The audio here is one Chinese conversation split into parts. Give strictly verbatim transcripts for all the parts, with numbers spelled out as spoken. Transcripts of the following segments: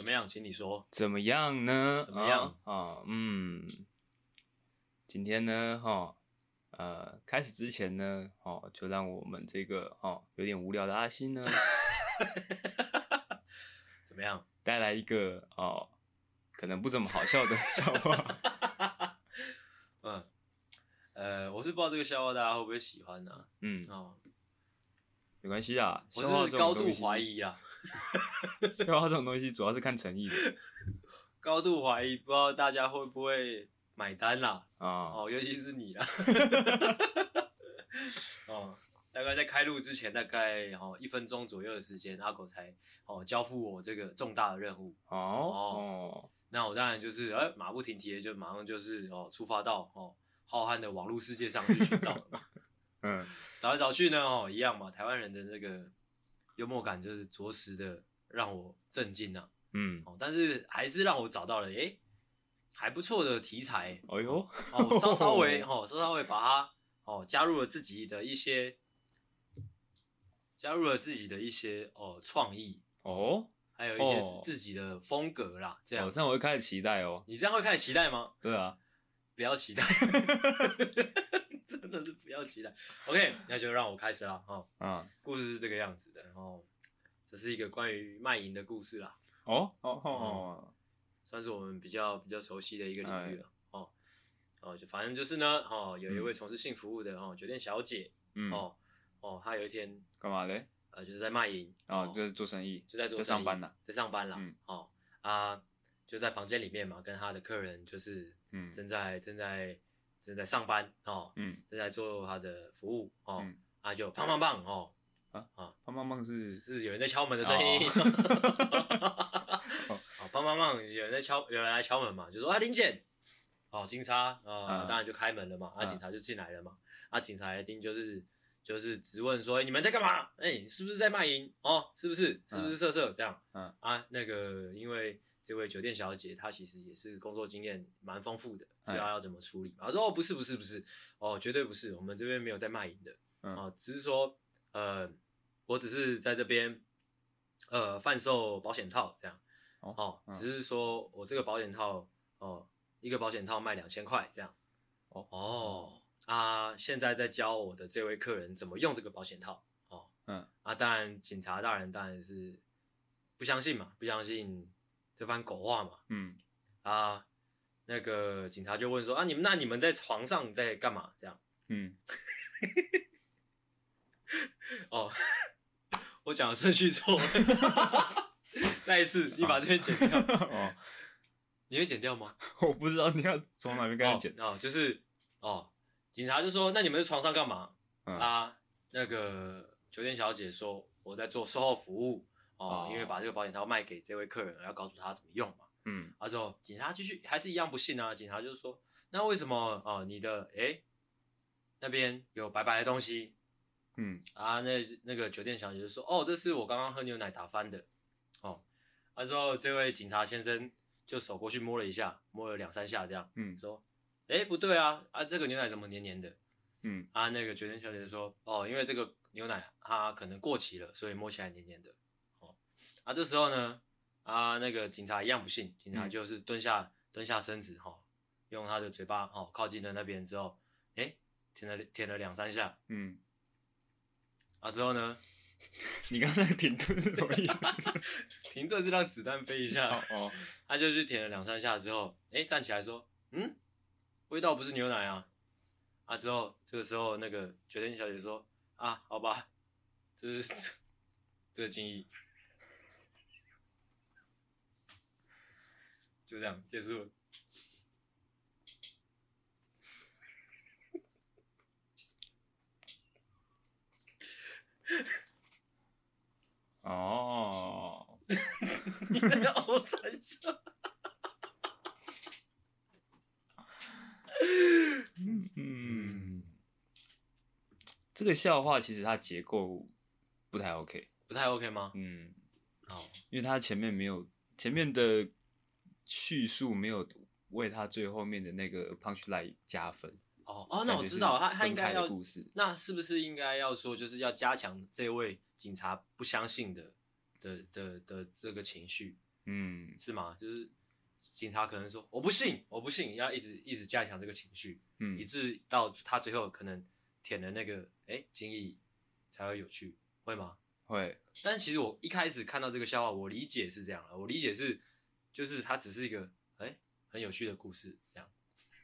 么样？请你说。 怎么样呢？ 怎么样啊、哦？嗯，今天呢，哈、哦，呃，开始之前呢，哦，就让我们这个哦有点无聊的阿星呢， 怎么样？ 带来一个哦可能不怎么好笑的笑话。 嗯，呃，我是不知道这个笑话大家会不会喜欢呢、啊？ 嗯， 哦， 没关系啊， 我笑话是高度这种东西怀疑啊， 笑话这种东西主要是看诚意的高度怀疑，不知道大家会不会买单啦？ 啊。 哦，尤其是你啦。哦，大概在开录之前，大概哦一分钟左右的时间，阿狗才哦交付我这个重大的任务。 哦哦， 那我当然就是哎马不停蹄的就马上就是哦出发到哦浩瀚的网络世界上去寻找了嘛。 嗯， 找来找去呢哦一样嘛，台湾人的那个幽默感就是着实的让我震惊啊。 嗯， 哦，但是还是让我找到了哎还不错的题材。 哎呦， 哦，我稍稍微哦稍稍微把它哦加入了自己的一些加入了自己的一些哦创意。 哦， 还有一些哦自己的风格啦，这样。 哦，这样我会开始期待哦。 你这样会开始期待吗？ 对啊， 不要期待，真的是不要期待。OK， 那就让我开始啦。哦， 啊， 故事是这个样子的。哦，这是一个关于卖淫的故事啦， 哦哦哦， 算是我们比较比较熟悉的一个领域了。 哎哦哦，就反正就是呢，哦，有一位从事性服务的哦酒店小姐， 嗯， 哦哦，她有一天干嘛嘞？ 呃就是在卖淫， 哦，就是做生意， 就在做在上班啦啦， 在上班啦。 嗯， 哦啊，就在房间里面嘛，跟他的客人就是嗯正在正在正在上班哦， 嗯正在做他的服务哦， 嗯啊就砰砰砰哦， 啊啊胖胖胖是是有人在敲门的声音， 哦哦砰砰砰，有人在敲，有人来敲门嘛，就说啊林检，哦警察啊， 嗯当然就开门了嘛，啊嗯警察就进来了嘛，啊警察一定就是就是质问说、欸、你们在干嘛？哎、欸，是不是在卖淫？哦，是不是？是不是色色这样？ 嗯啊，那个因为这位酒店小姐她其实也是工作经验蛮丰富的，知道要怎么处理嘛。她说哦不是不是不是，哦绝对不是，我们这边没有在卖淫的， 嗯哦只是说呃我只是在这边呃贩售保险套这样， 哦哦嗯只是说我这个保险套哦一个保险套卖两千块这样， 哦哦。啊，现在在教我的这位客人怎么用这个保险套哦。 嗯啊，当然警察大人当然是不相信嘛，不相信这番狗话嘛。 嗯啊，那个警察就问说啊，你们那你们在床上在干嘛？这样。 嗯， 哦，我讲的顺序错了。再一次，你把这边剪掉。 哦， 你会剪掉吗？ 我不知道你要从哪边开始剪。 哦，哦就是哦。警察就说：“那你们在床上干嘛？” 嗯、 啊，那个酒店小姐说：“我在做售后服务哦，哦因为把这个保险套卖给这位客人，要告诉他怎么用嘛。” 嗯， 啊之后警察继续还是一样不信啊，警察就说：“那为什么哦你的诶那边有白白的东西？” 嗯啊，那那个酒店小姐就说：“哦，这是我刚刚喝牛奶打翻的。”哦，啊之后这位警察先生就手过去摸了一下，摸了两三下这样， 嗯， 说。哎，不对啊！啊，这个牛奶怎么黏黏的？ 嗯， 啊，那个酒店小姐说，哦，因为这个牛奶它可能过期了，所以摸起来黏黏的。哦，啊，这时候呢，啊，那个警察一样不信，警察就是蹲下、嗯、蹲下身子，哈、哦，用他的嘴巴，哦，靠近了那边之后，哎，舔了舔了两三下， 嗯， 啊，之后呢， 你刚刚那个停顿是什么意思？ 停顿是让子弹飞一下。 哦哦， 他就去舔了两三下之后，哎，站起来说，嗯。味道不是牛奶啊，啊之后这个时候那个酒店小姐说啊，好吧，这是这个建议，就这样结束了。 哦， 你在凹三下。 嗯嗯，这个笑话其实它结构不太 OK， 不太 OK 吗？ 嗯， 好， 因为它前面没有前面的叙述没有为它最后面的那个 punch line 加分。 哦哦，那我知道，他他应该要故事， 那是不是应该要说，就是要加强这位警察不相信的的的的这个情绪？ 嗯， 是吗？就是警察可能说我不信，我不信，要一直一直加强这个情绪， 嗯以致到他最后可能舔了那个哎精液才会有趣，会吗？ 会。 但其实我一开始看到这个笑话，我理解是这样的，我理解是就是它只是一个哎很有趣的故事这样。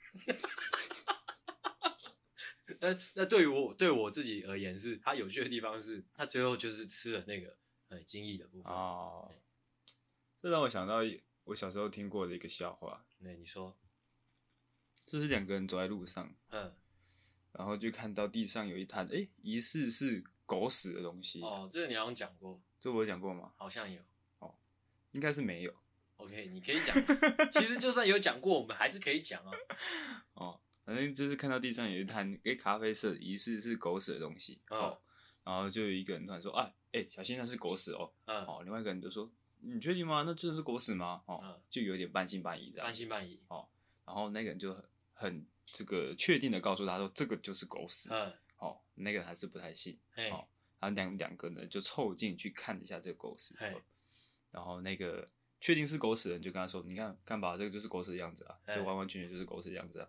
那那对于我对我自己而言是，它有趣的地方是，它最后就是吃了那个呃精液的部分。 哦，这让我想到我小时候听过的一个笑话。 那你说， 就是两个人走在路上， 嗯， 然后就看到地上有一滩，哎，疑似是狗屎的东西。 哦，这个你好像讲过， 这我有讲过吗？ 好像有。 哦，应该是没有。 OK， 你可以讲。其实就算有讲过，我们还是可以讲啊。 哦，反正就是看到地上有一滩诶咖啡色，疑似是狗屎的东西。 嗯、 哦，然后就有一个人突然说：“哎、啊、哎、欸，小心那是狗屎哦。” 嗯， 哦，另外一个人就说：“你确定吗？那真的是狗屎吗？”哦， 嗯、 就有点半信半疑这样。 半信半疑。 哦，然后那个人就很很这个确定的告诉他说：“这个就是狗屎。” 嗯， 哦，那个人还是不太信。 嘿， 哦，然后两两个人就凑近去看一下这个狗屎。 嘿， 然后那个确定是狗屎的人就跟他说：“你看看吧，这个就是狗屎的样子啊，这完完全全就是狗屎的样子啊。”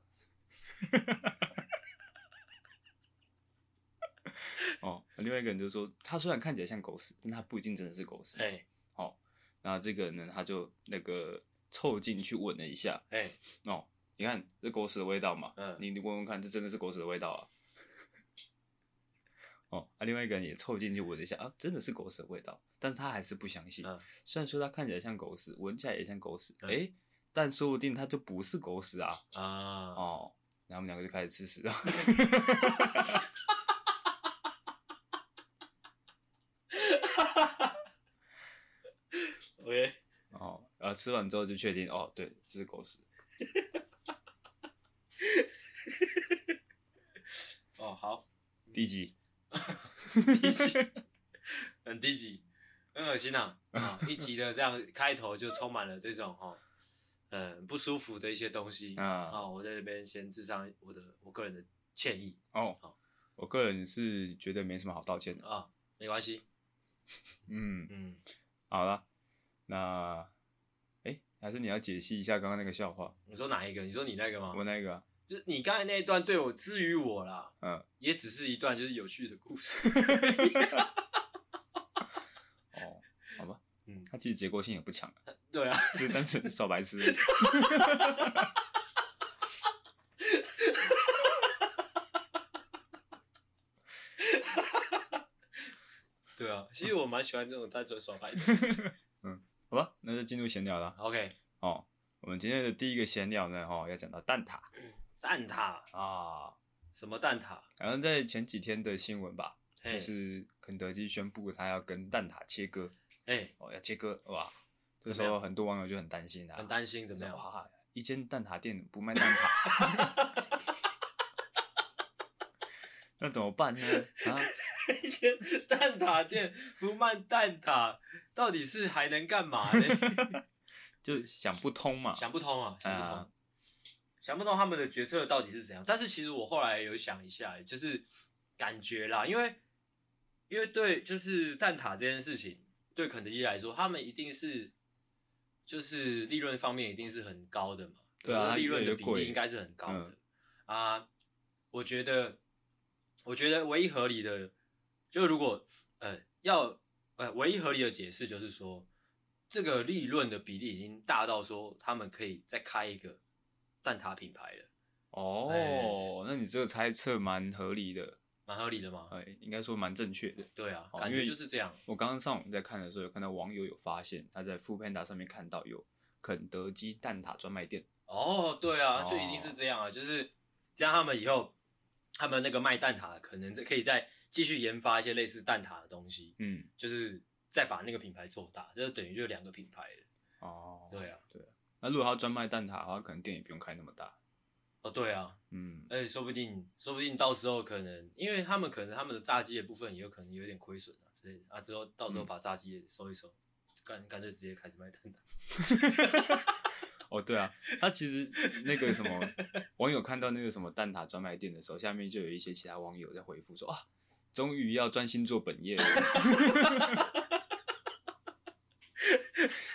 哦，另外一个人就说，他虽然看起来像狗屎，但他不一定真的是狗屎。 哎， 哦，然后这个人呢，他就那个凑近去闻了一下， 哎， 哦，你看这狗屎的味道嘛， 嗯， 你你闻闻看，这真的是狗屎的味道啊。哦，啊，另外一个人也凑近去闻了一下，啊，真的是狗屎的味道，但是他还是不相信。 嗯， 虽然说他看起来像狗屎，闻起来也像狗屎，哎、 嗯欸，但说不定他就不是狗屎啊。 啊， 哦，然后我们两个就开始吃屎了。 OK， 哦，然后吃完之后就确定，哦，对，这是狗屎。 哦，好， 第几？ 低级，很低级，很恶心啊！啊，一集的这样开头就充满了这种哈，嗯，不舒服的一些东西啊。哦，我在这边先致上我的我个人的歉意。 哦，好，我个人是觉得没什么好道歉的啊，没关系。 嗯嗯， 好了，那，哎、欸，还是你要解析一下刚刚那个笑话？ 你说哪一个？你说你那个吗？ 我那个、啊。 就你刚才那一段对我至于我啦， 嗯， 也只是一段就是有趣的故事。 哦，好吧， 嗯， 他其实结构性也不强， 对啊， 就是单纯耍白痴。 对啊，其实我蛮喜欢这种单纯耍白痴。 嗯，好吧，那就进入闲聊了。 OK， 哦，我们今天的第一个闲聊呢，哈、哦，要讲到蛋挞。 蛋挞啊？ 什么蛋挞？ 好像在前几天的新闻吧， 嘿就是肯德基宣布他要跟蛋挞切割。 哎、欸， 哦，要切割，哇！这时候很多网友就很担心啊， 很担心怎么样？ 哇，一间蛋挞店不卖蛋挞，那怎么办呢？啊， 一间蛋挞店不卖蛋挞，到底是还能干嘛呢？ 就想不通嘛， 想不通啊，想不通， 啊、 想不通他们的决策到底是怎样。但是其实我后来有想一下，就是感觉啦，因为因为对，就是蛋挞这件事情，对肯德基来说，他们一定是就是利润方面一定是很高的嘛， 对啊， 利润的比例应该是很高的、嗯、啊。我觉得，我觉得唯一合理的，就如果呃要呃唯一合理的解释就是说，这个利润的比例已经大到说他们可以再开一个蛋挞品牌了。 哦，欸、那你这个猜测蛮合理的， 蛮合理的吗？ 哎，应该说蛮正确的。 对啊， 哦、 感觉就是这样。 我刚刚上网在看的时候，有看到网友有发现，他在 Foodpanda 上面看到有肯德基蛋挞专卖店。 哦，对啊，就一定是这样啊，哦、就是这样，他们以后他们那个卖蛋挞，可能可以再继续研发一些类似蛋挞的东西，嗯，就是再把那个品牌做大，这就等于就两个品牌了。 哦， 对啊， 对啊。那如果他专卖蛋挞的话，可能店也不用开那么大。 哦，对啊， 嗯， 而且说不定，说不定到时候可能，因为他们可能他们的炸鸡的部分也有可能有点亏损啊之类的啊，之后到时候把炸鸡也收一收，干干脆直接开始卖蛋挞。 哦，对啊，他其实那个什么网友看到那个什么蛋挞专卖店的时候，下面就有一些其他网友在回复说啊，终于要专心做本业了。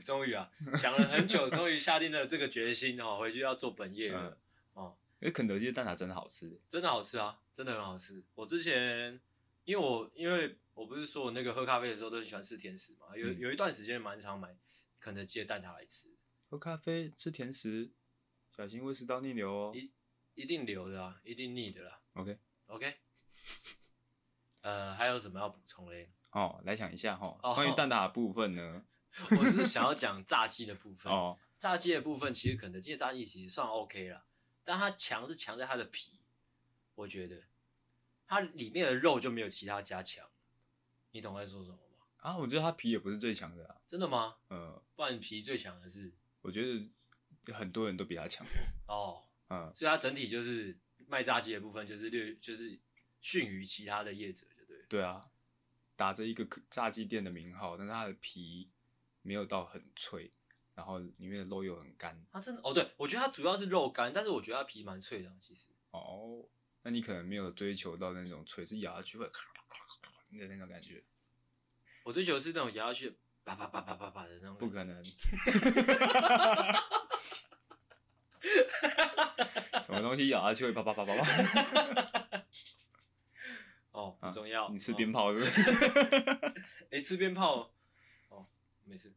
终于啊，想了很久，终于下定了这个决心哦，回去要做本业了、嗯、哦。 因为肯德基的蛋挞真的好吃， 真的好吃啊，真的很好吃。我之前因为我因为我不是说我那个喝咖啡的时候都很喜欢吃甜食嘛，有、嗯、有一段时间蛮常买肯德基的蛋挞来吃。 喝咖啡吃甜食，小心胃食道逆流哦。 一一定流的啊，一定腻的啦。 OK OK。呃，还有什么要补充嘞？ 哦，来想一下哈、哦，关于蛋挞的部分呢， 我是想要讲炸鸡的部分。 哦， 炸鸡的部分其实肯德基的炸鸡其实算 OK 啦，但它强是强在它的皮，我觉得它里面的肉就没有其他家强。你懂在说什么吗？ 啊，我觉得它皮也不是最强的啊。 真的吗？ 嗯， 不然皮最强的是？ 我觉得很多人都比它强。 哦， 嗯， 所以它整体就是卖炸鸡的部分就是略就是逊于其他的业者，就对。 对啊，打着一个炸鸡店的名号，但是它的皮没有到很脆，然后里面的肉又很干。 它真的哦，对，我觉得它主要是肉干，但是我觉得它皮蛮脆的、啊，其实。 哦，那你可能没有追求到那种脆，是咬下去会咔咔咔的那种感觉。 我追求的是那种咬下去啪啪啪啪啪啪的那种。 不可能。什么东西咬下去会啪啪啪啪啪？ 哦，很重要。 啊、你吃鞭炮是不是？ 哎、欸，吃鞭炮，哦，没事。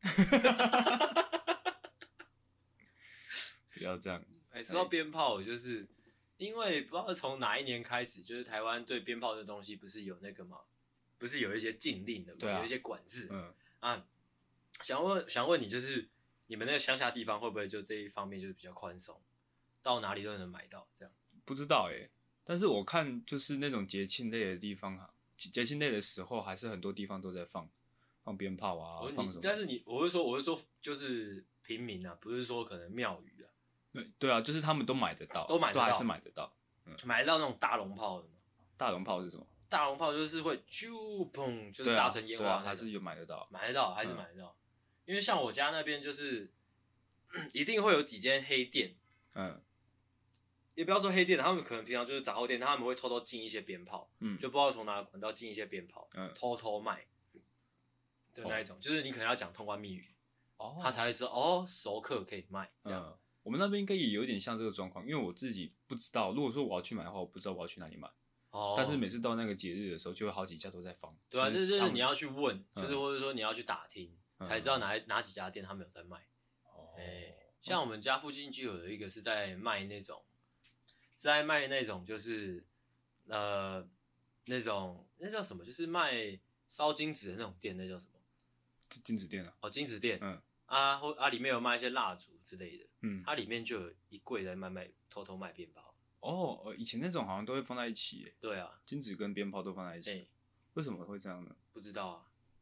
不要这样。 哎、欸，说到鞭炮，就是因为不知道从哪一年开始，就是台湾对鞭炮这东西不是有那个吗？不是有一些禁令的嘛， 对啊、 有一些管制。 嗯啊，想问想问你，就是你们那个乡下地方会不会就这一方面就是比较宽松，到哪里都能买到这样？ 不知道哎、欸，但是我看就是那种节庆类的地方，节庆类的时候，还是很多地方都在放放鞭炮啊，放什么？ 但是你，我是说，我是说，就是平民啊，不是说可能庙宇啊。 对对啊，就是他们都买得到， 都买得到， 都还是买得到，嗯， 买得到那种大龙炮的吗？ 大龙炮是什么？ 大龙炮就是会啾砰，就是炸成烟花、那個啊啊，还是有买得到， 买得到还是买得到、嗯？因为像我家那边就是一定会有几间黑店，嗯，也不要说黑店，他们可能平常就是杂货店，他们会偷偷进一些鞭炮，嗯，就不知道从哪个管道进一些鞭炮，嗯，偷偷卖的那一种，哦、就是你可能要讲通关密语，哦，他才会知道哦，熟客可以卖这样。 嗯，我们那边应该也有点像这个状况，因为我自己不知道，如果说我要去买的话，我不知道我要去哪里买。哦，但是每次到那个节日的时候，就会好几家都在放。 对啊，就是就是你要去问，就是或者说你要去打听，嗯、才知道哪哪几家店他们有在卖。哦，哎、欸，像我们家附近就有一个是在卖那种，是在卖那种就是呃那种那叫什么，就是卖烧金纸的那种店，那叫什么？ 金纸店啊。 哦，金纸店。嗯。啊，或啊里面有卖一些蜡烛之类的。嗯。它里面就有一柜在卖卖偷偷卖鞭炮。 哦，以前那种好像都会放在一起耶。 对啊， 金纸跟鞭炮都放在一起。欸、为什么会这样呢？ 不知道啊。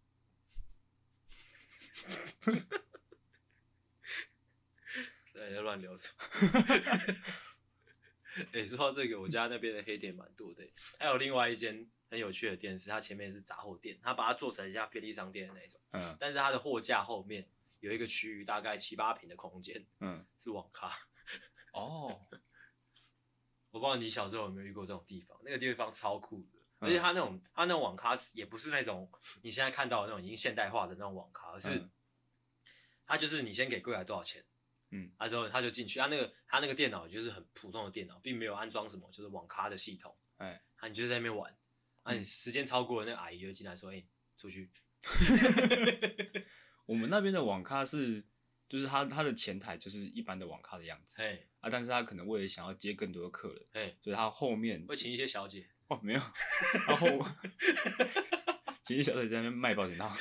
在在乱聊什么？哎、欸，说到这个，我家那边的黑店蛮多的、欸。还有另外一间很有趣的店是，它前面是杂货店，它把它做成像便利商店的那种。嗯。但是它的货架后面有一个区域，大概七八坪的空间。嗯。是网咖。哦。我不知道你小时候有没有遇过这种地方，那个地方超酷的，而且它那种它那种网咖也不是那种你现在看到的那种已经现代化的那种网咖，而是它就是你先给柜台多少钱，嗯，啊之后他就进去，他那个他那个电脑就是很普通的电脑，并没有安装什么就是网咖的系统，哎，啊你就在那边玩，啊你时间超过了，那个阿姨就进来说，哎、欸，出去。 我们那边的网咖是。就是他他的前台就是一般的网咖的样子，哎啊，但是他可能为了想要接更多的客人，哎，所以他后面会请一些小姐哦，没有，然后请一些小姐在那边卖保险套，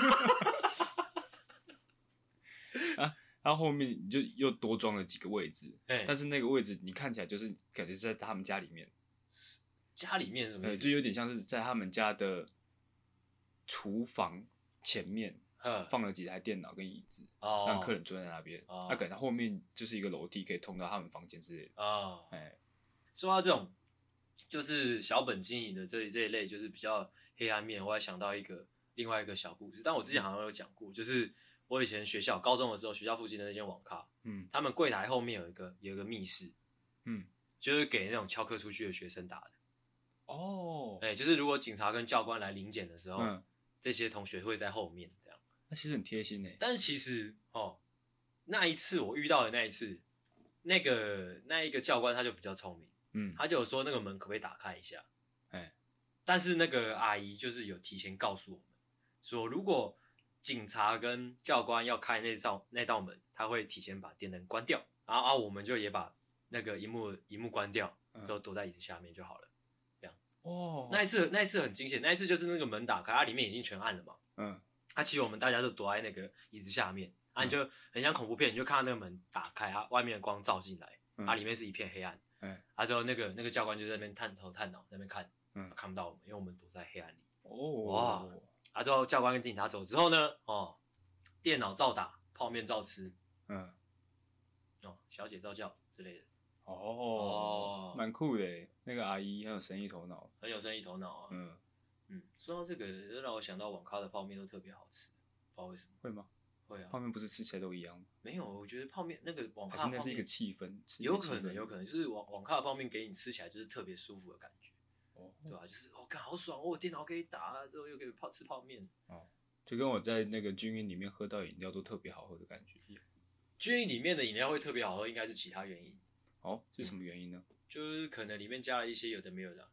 啊，他后面就又多装了几个位置，哎，但是那个位置你看起来就是感觉是在他们家里面， 家里面什么意思？ 就有点像是在他们家的厨房前面。放了几台电脑跟椅子，哦、让客人坐在那边。那、哦、可能后面就是一个楼梯，可以通到他们房间之类的。哦，哎， 说到这种就是小本经营的这这一类，就是比较黑暗面，我还想到一个另外一个小故事。但我之前好像有讲过，就是我以前学校高中的时候，学校附近的那间网咖，嗯，他们柜台后面有一个有一个密室，嗯，就是给那种翘课出去的学生打的。哦，哎，就是如果警察跟教官来临检的时候，嗯、这些同学会在后面这样。 那其实很贴心诶。 但是其实哦，那一次我遇到的那一次，那个那一个教官他就比较聪明，嗯，他就有说那个门可不可以打开一下，哎，但是那个阿姨就是有提前告诉我们说，如果警察跟教官要开那道那道门，他会提前把电灯关掉，然后啊我们就也把那个荧幕荧幕关掉，就躲在椅子下面就好了，这样。哦，那一次那一次很惊险，那一次就是那个门打开，它、啊、里面已经全暗了嘛，嗯，啊其实我们大家都躲在那个椅子下面。啊，你就很像恐怖片，你就看到那个门打开啊，外面的光照进来，嗯、啊，里面是一片黑暗，嗯，啊之后那个那个教官就在那边探头探脑，在那边看，嗯，看不到我们，因为我们躲在黑暗里。哦，哇，啊之后教官跟警察走之后呢，哦，电脑照打，泡面照吃，嗯，哦，小姐照叫之类的。 哦，蛮、哦、酷的，那个阿姨很有生意头脑， 很有生意头脑啊。嗯嗯，说到这个，让我想到网咖的泡面都特别好吃，不知道为什么。 会吗？ 会啊， 泡面不是吃起来都一样吗？ 没有，我觉得泡面那个网咖泡面， 还是那是一个气氛， 有可能，有可能就是网网咖的泡面给你吃起来就是特别舒服的感觉，哦，对吧？就是哦，看好爽，我有电脑可以打，之后又可以泡吃泡面， 哦，就跟我在那个军营里面喝到饮料都特别好喝的感觉。 军营里面的饮料会特别好喝，应该是其他原因。 哦，是什么原因呢？ 嗯、就是可能里面加了一些有的没有的、啊。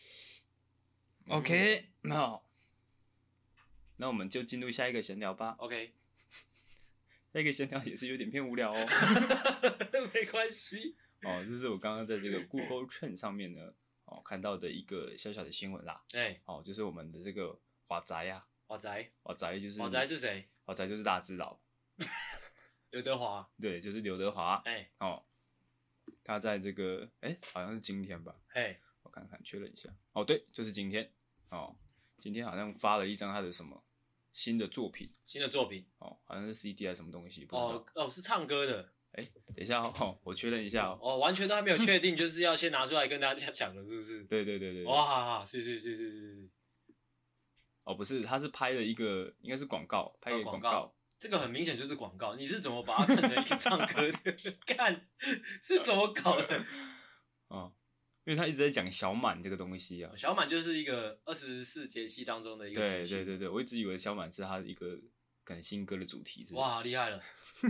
OK， 那好，那我们就进入下一个闲聊吧。 OK。 那个闲聊也是有点偏无聊哦， 没关系。 哦，这是我刚刚在这个 Google Trend 上面呢，哦看到的一个小小的新闻啦。哎、欸，哦，就是我们的这个华仔啊， 华仔， 华仔就是华仔是谁？ 华仔就是大家知道， 刘德华。 对，就是刘德华。哎、欸，哦，他在这个哎、欸、好像是今天吧？哎、欸，我看看确认一下。哦，对，就是今天。哦，今天好像发了一张他的什么？新的作品， 新的作品哦，好像是 C D 还是什么东西，不知道。 哦哦，是唱歌的。 哎、欸，等一下哦，我确认一下哦。 哦，完全都还没有确定，就是要先拿出来跟大家讲的，是不是？ 对对对对。 哇，是是是是是。 哦，不是，他是拍了一个，应该是广告，拍一个广告、哦。 这个很明显就是广告，你是怎么把它看成一个唱歌的？看是怎么搞的？ 哦。因为他一直在讲小满这个东西啊， 小满就是一个二十四节气当中的一个节气。 对对对对，我一直以为小满是他一个可能新歌的主题是。 哇，厉害了！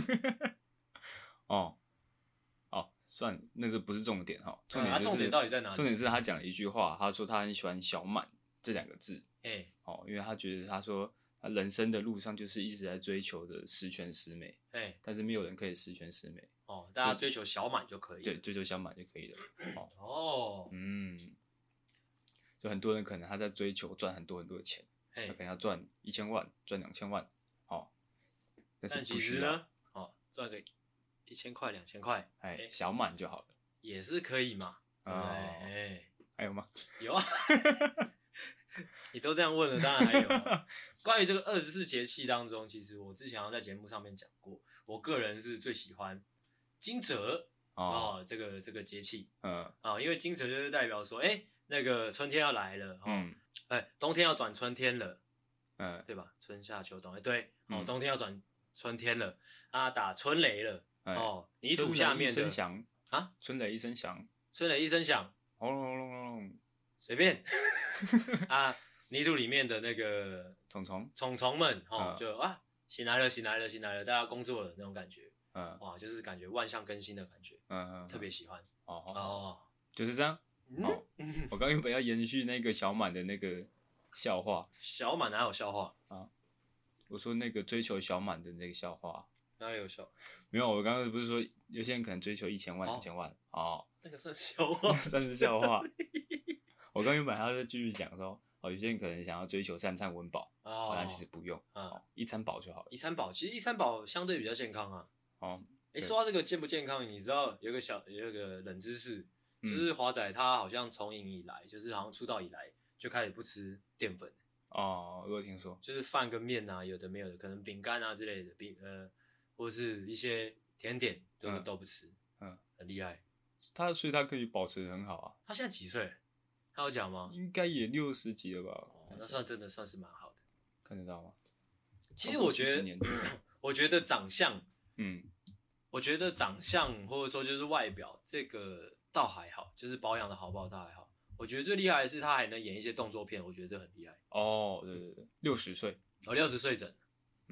哦哦，算那个不是重点哈，重点就是、 啊、重点到底在哪里？ 重点是他讲了一句话，他说他很喜欢小满这两个字。哎、欸，哦，因为他觉得他说他人生的路上就是一直在追求的十全十美，哎、欸，但是没有人可以十全十美。 哦，大家追求小满就可以了。 对，追求小满就可以了。哦， 哦嗯，就很多人可能他在追求赚很多很多的钱，他可能要赚一千万，赚两千万，哦，但是其实呢，哦，赚个一千块、两千块， 哎、欸，小满就好了， 也是可以嘛。 哦，哎、欸，还有吗？ 有啊，你都这样问了，当然还有、啊。关于这个二十四节气当中，其实我之前好像在节目上面讲过，我个人是最喜欢惊蛰哦，这个这个节气，嗯啊、哦，因为惊蛰就是代表说，哎、欸，那个春天要来了，哦，嗯，哎、欸，冬天要转春天了，嗯，对吧？春夏秋冬，哎、欸，对，哦，嗯、冬天要转春天了，啊，打春雷了，欸、哦，泥土下面的春雷一声响啊， 春雷一声响， 春雷一声响， 轰隆隆隆隆， 随便啊，泥土里面的那个虫虫虫虫们，哦，嗯、就啊，醒来了，醒来了，醒来了，大家工作了那种感觉。嗯，哇，就是感觉万象更新的感觉，嗯嗯，特别喜欢。 哦哦，就是这样。哦，我刚原本要延续那个小满的那个笑话。 小满哪有笑话啊？我说那个追求小满的那个笑话。 哪里有笑？ 没有，我刚刚不是说有些人可能追求一千万、两千万哦， 那个算笑话， 算是笑话。我刚原本还要再继续讲说，哦，有些人可能想要追求三餐温饱，哦，但其实不用，哦，一餐饱就好了。 一餐饱，其实一餐饱相对比较健康啊。哦，哎、欸，说到这个健不健康，你知道有一个小有一个冷知识，就是华仔他好像从影以来，就是好像出道以来就开始不吃淀粉。 哦，我有听说， 就是饭跟面啊，有的没有的，可能饼干啊之类的，饼呃，或是一些甜点都、嗯、都不吃，嗯，很厉害。 他所以他可以保持得很好啊。 他现在几岁？他有讲吗？ 应该也六十几了吧？ 哦，那算真的算是蛮好的。 看得到吗？ 其实我觉得，我觉得长相。嗯，我觉得长相或者说就是外表这个倒还好，就是保养的好不好倒还好。我觉得最厉害的是他还能演一些动作片，我觉得这很厉害。 哦，对对对，六十岁， 哦，六十岁整， 嗯，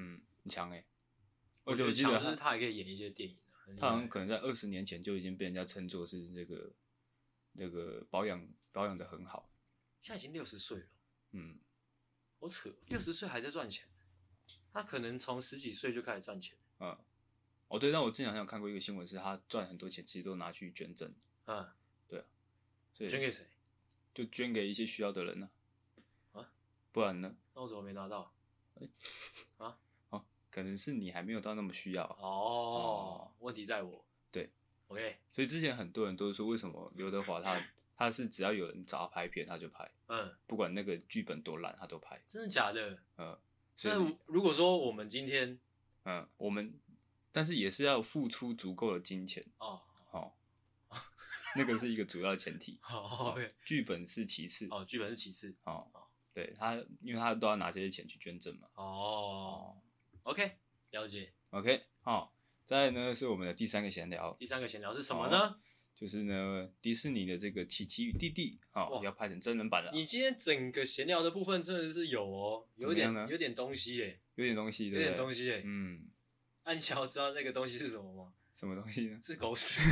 很强哎、欸。 我觉得强就是他还可以演一些电影、啊， 他好像可能在二十年前就已经被人家称作是这个这个保养保养的很好。 现在已经六十岁了，嗯，好扯，六十岁还在赚钱，他可能从十几岁就开始赚钱。 嗯，哦对，但我之前好像有看过一个新闻，是他赚很多钱，其实都拿去捐赠。嗯，对啊，所以捐给谁？ 就捐给一些需要的人呢、啊。啊？不然呢？ 那我怎么没拿到？欸、 啊？哦，可能是你还没有到那么需要、啊。 哦，哦问题在我。 对 ，OK。 所以之前很多人都是说，为什么刘德华他他是只要有人找他拍片，他就拍。嗯。不管那个剧本多烂，他都拍。 真的假的？ 嗯。 那如果说我们今天， 嗯，我们，但是也是要付出足够的金钱。哦。好、哦。那个是一个主要的前提。 好、哦， 剧本是其次。 哦，剧本是其次。 哦。对他，因为他都要拿这些钱去捐赠嘛。 哦。哦 OK， 了解。 OK， 好，再来呢是我们的第三个闲聊。 第三个闲聊是什么呢？哦、 就是呢，迪士尼的这个《奇奇与弟弟》哦，要拍成真人版了。 你今天整个闲聊的部分真的是有哦，有点有点东西耶， 有点东西，对有点东西耶。 嗯， 那、啊、你想要知道那个东西是什么吗？ 什么东西呢？ 是狗屎。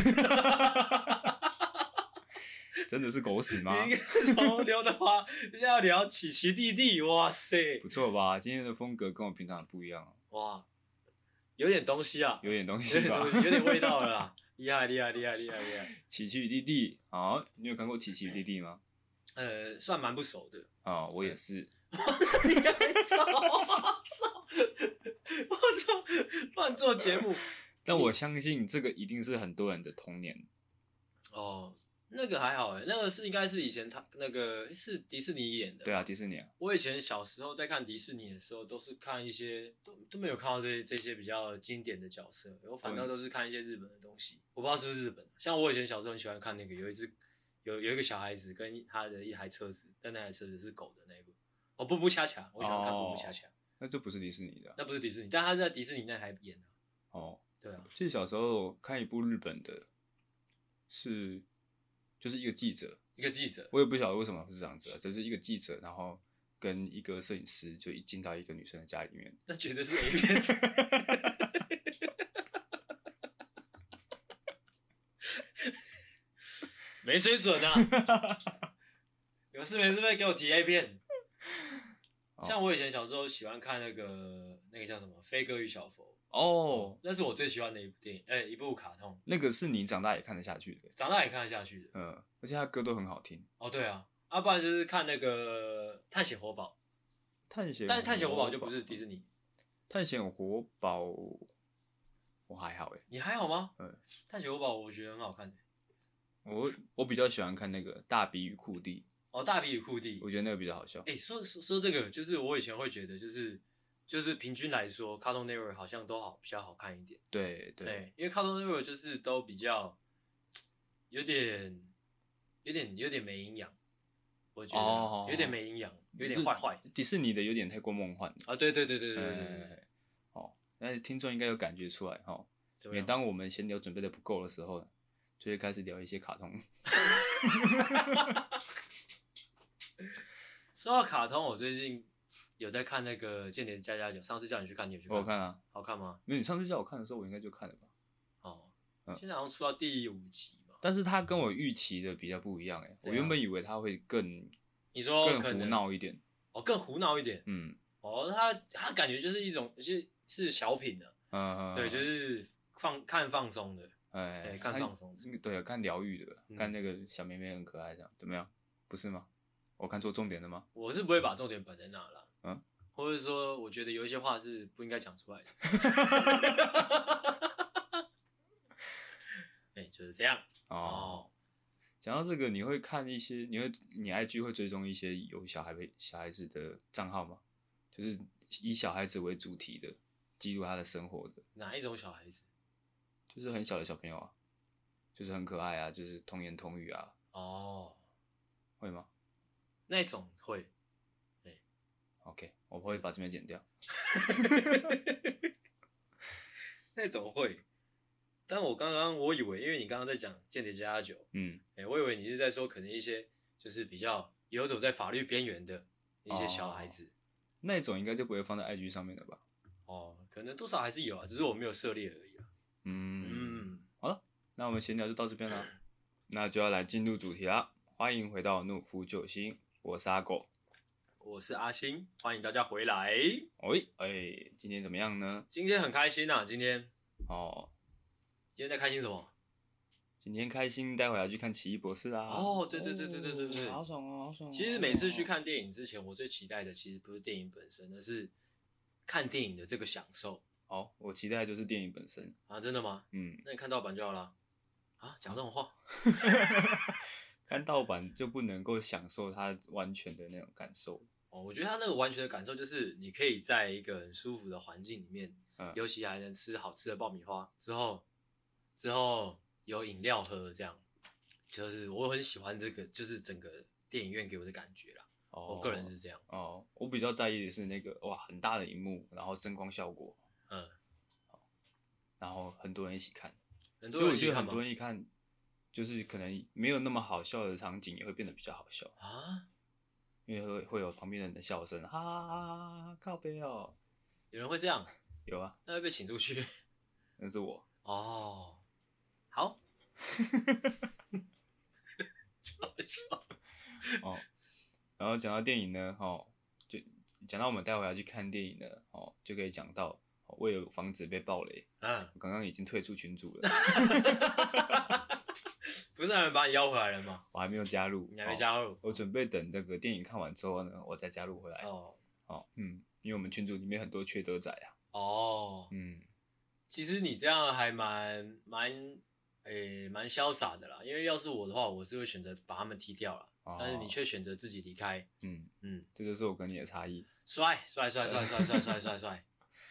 真的是狗屎吗？ 你从刘德华现在要聊奇奇弟弟，哇塞， 不错吧？今天的风格跟我平常不一样。 哇，有点东西啊， 有点东西吧， 有点味道了啦，厉害厉害厉害厉害厉害！ 奇奇与弟弟，好，你有看过奇奇与弟弟吗？ 呃，算蛮不熟的。 哦，我也是。 你还操！我操！我操！乱做节目。 但我相信这个一定是很多人的童年。 哦。那个还好哎，那个是应该是以前他那个是迪士尼演的。 对啊，迪士尼啊。 我以前小时候在看迪士尼的时候，都是看一些都都没有看到这这些比较经典的角色，我反倒都是看一些日本的东西。我不知道是不是日本，像我以前小时候很喜欢看那个有一只有有一个小孩子跟他的一台车子，但那台车子是狗的那一部。哦，布布恰恰，我喜欢看布布恰恰。 那就不是迪士尼的、啊。 那不是迪士尼，但他是在迪士尼那台演的、啊。 哦， 对啊。 记得小时候看一部日本的，是。就是一个记者， 一个记者， 我也不晓得为什么是这样子啊，只是一个记者，然后跟一个摄影师就一进到一个女生的家里面， 那绝对是 A 片，没水准啊！有事没事别给我提 A 片。像我以前小时候喜欢看那个那个叫什么《飞哥与小佛》。哦，那是我最喜欢的一部电影，哎、欸，一部卡通。 那个是你长大也看得下去的， 长大也看得下去的。 嗯，而且他歌都很好听。 哦，对啊，啊，不然就是看那个《探险活宝》。 探险， 但是《探险活宝》就不是迪士尼。 探险活宝，我还好哎。 你还好吗？嗯，《探险活宝》我觉得很好看。 我我比较喜欢看那个《大比与库蒂》。 哦，《大比与库蒂》， 我觉得那个比较好笑。 哎、欸，说说说这个，就是我以前会觉得，就是就是平均来说，Cartoon Network 好像都好比较好看一点。 对 对, 對，因为 Cartoon Network 就是都比较有点有点有点没营养，我觉得、哦、有点没营养，有点坏坏。 迪士尼的有点太过梦幻了啊！对对对对对对对对、 欸。哦，但是听众应该有感觉出来哈、哦。每当我们闲聊准备的不够的时候，就会开始聊一些卡通。 说到卡通，我最近有在看那个《间谍加加酒》，上次叫你去看，你有去看？ 我有看啊， 好看吗？ 因为你上次叫我看的时候，我应该就看了吧。 哦，嗯、现在好像出到第五集吧。 但是它跟我预期的比较不一样哎，我原本以为它会更， 你说更胡闹一点。 哦，更胡闹一点。 嗯。 哦，它它感觉就是一种，就是是小品的。嗯嗯。对，就是放看放松的。哎、欸，看放松的。 对，看疗愈的，嗯、看那个小妹妹很可爱，这样怎么样？不是吗？我看错重点了吗？ 我是不会把重点摆在那啦，嗯，或者说，我觉得有一些话是不应该讲出来的。哎、欸，就是这样哦。 讲到这个，你会看一些，你会你 I G 会追踪一些有小孩小孩子的账号吗？就是以小孩子为主题的，记录他的生活的。 哪一种小孩子？ 就是很小的小朋友啊，就是很可爱啊，就是童言童语啊。哦，会吗？ 那种会，对 ，OK， 我不会把这边剪掉。 那种会，但我刚刚我以为，因为你刚刚在讲《间谍加加酒》，嗯，哎、欸，我以为你是在说可能一些就是比较游走在法律边缘的一些小孩子， 哦、那种应该就不会放在 I G 上面了吧？ 哦， 可能多少还是有啊，只是我没有涉猎而已啊。 嗯嗯，好了，那我们闲聊就到这边了，那就要来进入主题啦。欢迎回到怒夫救星，我是阿狗， 我是阿星，欢迎大家回来。 喂，哎，今天怎么样呢？ 今天很开心啊，今天哦， 今天在开心什么？ 今天开心，待会要去看奇异博士啦。 哦，对对对对对对对， 好爽哦，好爽哦。 其实每次去看电影之前，我最期待的其实不是电影本身，而是看电影的这个享受。 哦，我期待的就是电影本身啊，真的吗？ 嗯， 那你看盗版就好了。啊，讲这种话， 看盗版就不能够享受它完全的那种感受。 哦，我觉得它那个完全的感受就是你可以在一个很舒服的环境里面，嗯、尤其还能吃好吃的爆米花，之后之后有饮料喝，这样就是我很喜欢这个，就是整个电影院给我的感觉啦。哦、我个人是这样。 哦，我比较在意的是那个哇很大的萤幕，然后声光效果，嗯，然后很多人一起看。 很多人一起看， 所以我觉得很多人一看，就是可能没有那么好笑的场景也会变得比较好笑啊，因为会会有旁边人的笑声，哈哈哈哈，靠北哦， 有人会这样？ 有啊， 那会被请出去？ 那是我哦，好，笑笑哦，然后讲到电影呢，哦，就讲到我们待会要去看电影呢，哦，就可以讲到。为了防止被爆雷，嗯，我刚刚已经退出群组了。 不是有人把你邀回来了吗？ 我还没有加入， 你还没加入？ 哦、我准备等那个电影看完之后呢，我再加入回来。哦，哦，嗯，因为我们群组里面很多缺德仔啊。 哦，嗯，其实你这样还蛮蛮诶蛮潇洒的啦，因为要是我的话，我是会选择把他们踢掉了，哦、但是你却选择自己离开。嗯嗯，这就是我跟你的差异。 帅帅帅帅帅帅帅帅帅。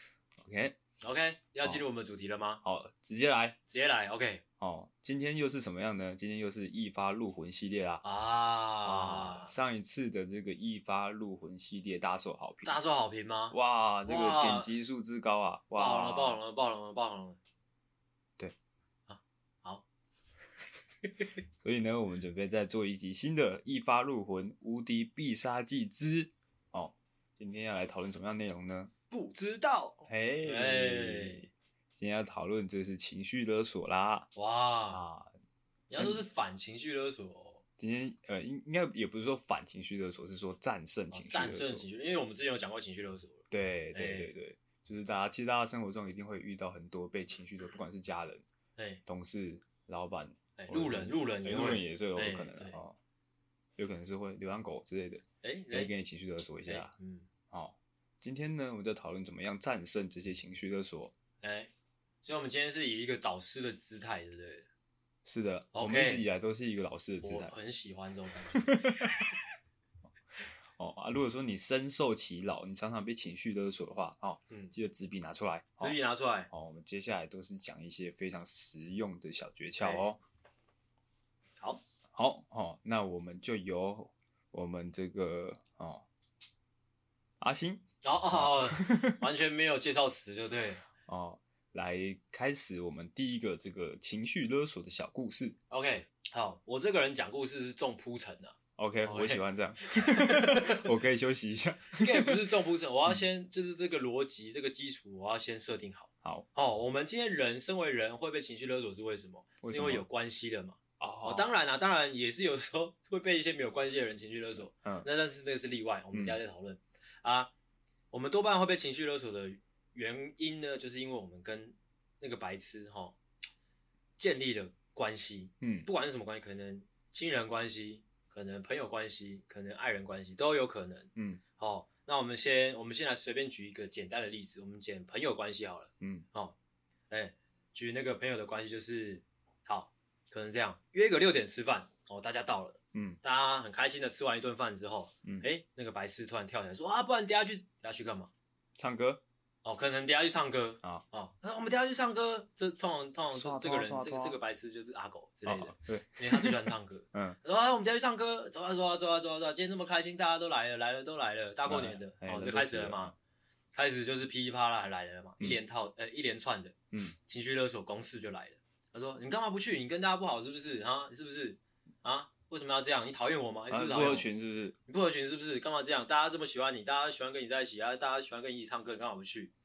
OK OK， 要进入我们的主题了吗？ 好，直接来， 直接来。OK， 哦，今天又是什么样呢？今天又是一发入魂系列啦。啊啊！上一次的这个一发入魂系列大受好评， 大受好评吗？ 哇，这个点击数之高啊！哇， 爆红了，爆红了，爆红了，爆红了。 对， 啊，好。 所以呢，我们准备再做一集新的一发入魂无敌必杀技之哦。今天要来讨论什么样的内容呢？ 不知道， 嘿、hey, 今天要讨论这是情绪勒索啦。 哇啊！你要说是反情绪勒索、哦， 今天呃应应该也不是说反情绪勒索，是说战胜情绪勒索。 战胜情绪，因为我们之前有讲过情绪勒索。 对对对对，欸、就是大家其实大家生活中一定会遇到很多被情绪的，不管是家人、欸、同事、老板、 欸、路人、路人、 路人也是有可能的、欸、哦，有可能是会流浪狗之类的，哎、欸，会给你情绪勒索一下，欸、嗯，好。今天呢，我们就讨论怎么样战胜这些情绪勒索。 哎、欸，所以我们今天是以一个导师的姿态，对不对？ 是的， okay, 我们一直以来都是一个老师的姿态。 我很喜欢这种感觉。 哦啊，如果说你深受其扰，你常常被情绪勒索的话，哦，嗯，记得纸笔拿出来， 纸笔拿出来。 哦，我们接下来都是讲一些非常实用的小诀窍哦。 好， 好，哦，那我们就由我们这个哦阿星。 哦哦哦，完全没有介绍词就对哦，来开始我们第一个这个情绪勒索的小故事。 OK， 好，我这个人讲故事是重铺陈的。 OK， 我喜欢这样，我可以休息一下。 应该也不是重铺陈，我要先就是这个逻辑这个基础，我要先设定好。 好， 哦，我们今天人身为人会被情绪勒索是为什么？ 为什么？ 是因为有关系了嘛。 哦, 哦，当然啦、啊，当然也是有时候会被一些没有关系的人情绪勒索。嗯，那但是那个是例外，我们等一下再讨论、嗯、啊。我们多半会被情绪勒索的原因呢，就是因为我们跟那个白痴齁建立了关系，嗯，不管是什么关系，可能亲人关系，可能朋友关系，可能爱人关系都有可能，嗯，好，那我们先我们先来随便举一个简单的例子，我们讲朋友关系好了，嗯，好，哎、欸，举那个朋友的关系就是好，可能这样约个六点吃饭，哦，大家到了。嗯，大家很开心的吃完一顿饭之后，嗯，哎、欸，那个白痴突然跳起来说啊，不然等下去，等下去干嘛？ 唱歌。 哦，可能等下去唱歌啊哦，啊，我们等下去唱歌。这通常通常这个人，这个这个白痴就是阿狗之类的，哦、对，因为他最喜欢唱歌。嗯，他说啊，我们等下去唱歌，走啊走啊走啊走啊走啊，今天这么开心，大家都来了，来了都来了，大过年的，嗯、哦，就开始了嘛，开始就是噼里啪啦来了嘛，嗯、一连套呃一连串的，嗯，情绪勒索攻势就来了。他说你干嘛不去？你跟大家不好是不是啊？是不是啊？为什么要这样？你讨厌我吗？你是不是讨厌我？ 不合群是不是？ 你不合群是不是？干嘛这样？大家这么喜欢你，大家喜欢跟你在一起啊，大家喜欢跟你一起唱歌，你干嘛不去？嗯，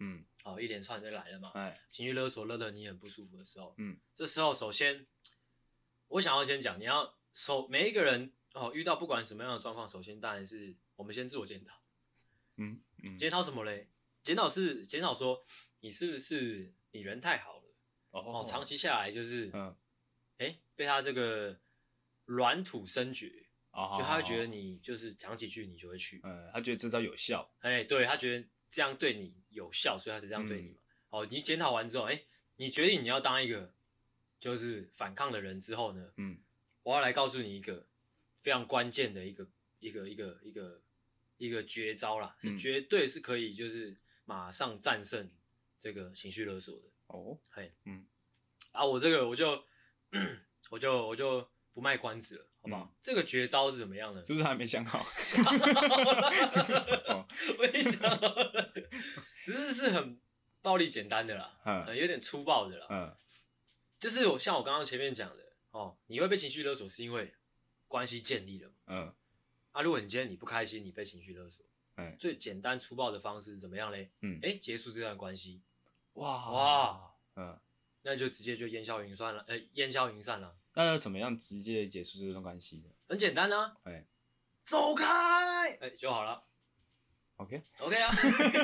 哦，一连串就来了嘛。 哎， 情绪勒索勒得你很不舒服的时候， 嗯， 这时候首先我想要先讲，你要首每一个人哦遇到不管什么样的状况，首先当然是我们先自我检讨。 嗯嗯， 检讨什么嘞？检讨是检讨说你是不是你人太好了哦，哦长期下来就是嗯，哎被他这个软土生绝。哦，所以他会觉得你就是讲几句你就会去， 嗯，他觉得这招有效， 哎，对他觉得这样对你有效，所以他才这样对你嘛。嗯、哦，你检讨完之后，哎，你决定你要当一个就是反抗的人之后呢，嗯，我要来告诉你一个非常关键的一个一个一个一个一个绝招啦，是绝对是可以就是马上战胜这个情绪勒索的。哦，嘿，嗯，啊，我这个我就我就我就。不卖关子了，好不好？嗯、这个绝招是怎么样的？ 是不是还没想好？ 想好了，我已经想好了，只是是很暴力简单的啦，嗯，有点粗暴的啦，嗯，就是我像我刚刚前面讲的哦，你会被情绪勒索是因为关系建立了嘛，嗯，啊，如果你今天你不开心，你被情绪勒索，嗯，最简单粗暴的方式怎么样嘞？嗯，哎，结束这段关系，哇哇，嗯，那就直接就烟消云散了，呃，烟消云散了。 那要怎么样直接结束这段关系呢？ 很简单啊，哎，走开，哎就好了。 OK OK 啊，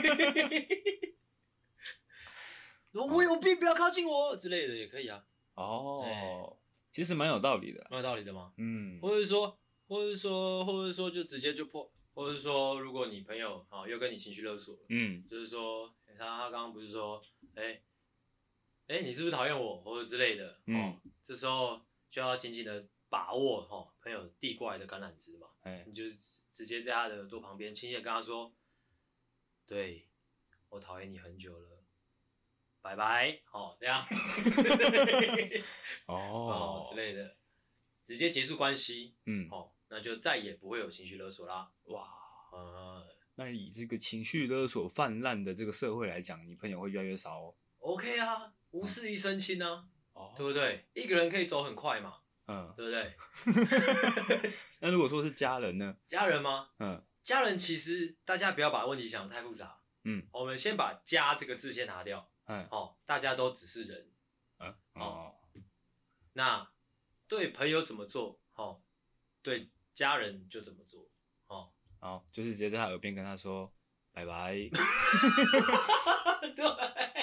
我有病，不要靠近我之类的也可以啊。 哦，其实蛮有道理的， 蛮有道理的吗？嗯，或者是说，或者是说，或者是说就直接就破，或者是说，如果你朋友啊、哦、又跟你情绪勒索了，嗯，就是说他他刚刚不是说，哎，哎你是不是讨厌我或者之类的，嗯，哦、这时候。就要紧紧的把握哈、哦、朋友递过来的橄榄枝嘛，欸、你就是直接在他的耳朵旁边轻轻的跟他说，对，我讨厌你很久了，拜拜，哦这样，哦, 哦之类的，直接结束关系，嗯，哦，那就再也不会有情绪勒索啦。哇， 嗯，那以这个情绪勒索泛滥的这个社会来讲，你朋友会越来越少哦。 OK 啊，无事一身轻啊。嗯对不对？一个人可以走很快嘛，嗯，对不对？ 那如果说是家人呢？ 家人吗？嗯，家人其实大家不要把问题想得太复杂，嗯，我们先把“家”这个字先拿掉，嗯，哦，大家都只是人，嗯，哦，那对朋友怎么做，哦，对家人就怎么做，哦， 好，就是直接在他耳边跟他说拜拜， 对。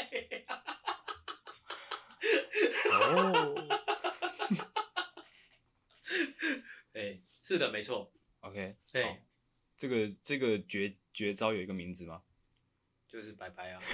哦，哎，是的，没错。 OK， 对，这个这个绝绝招有一个名字吗？ 就是拜拜啊。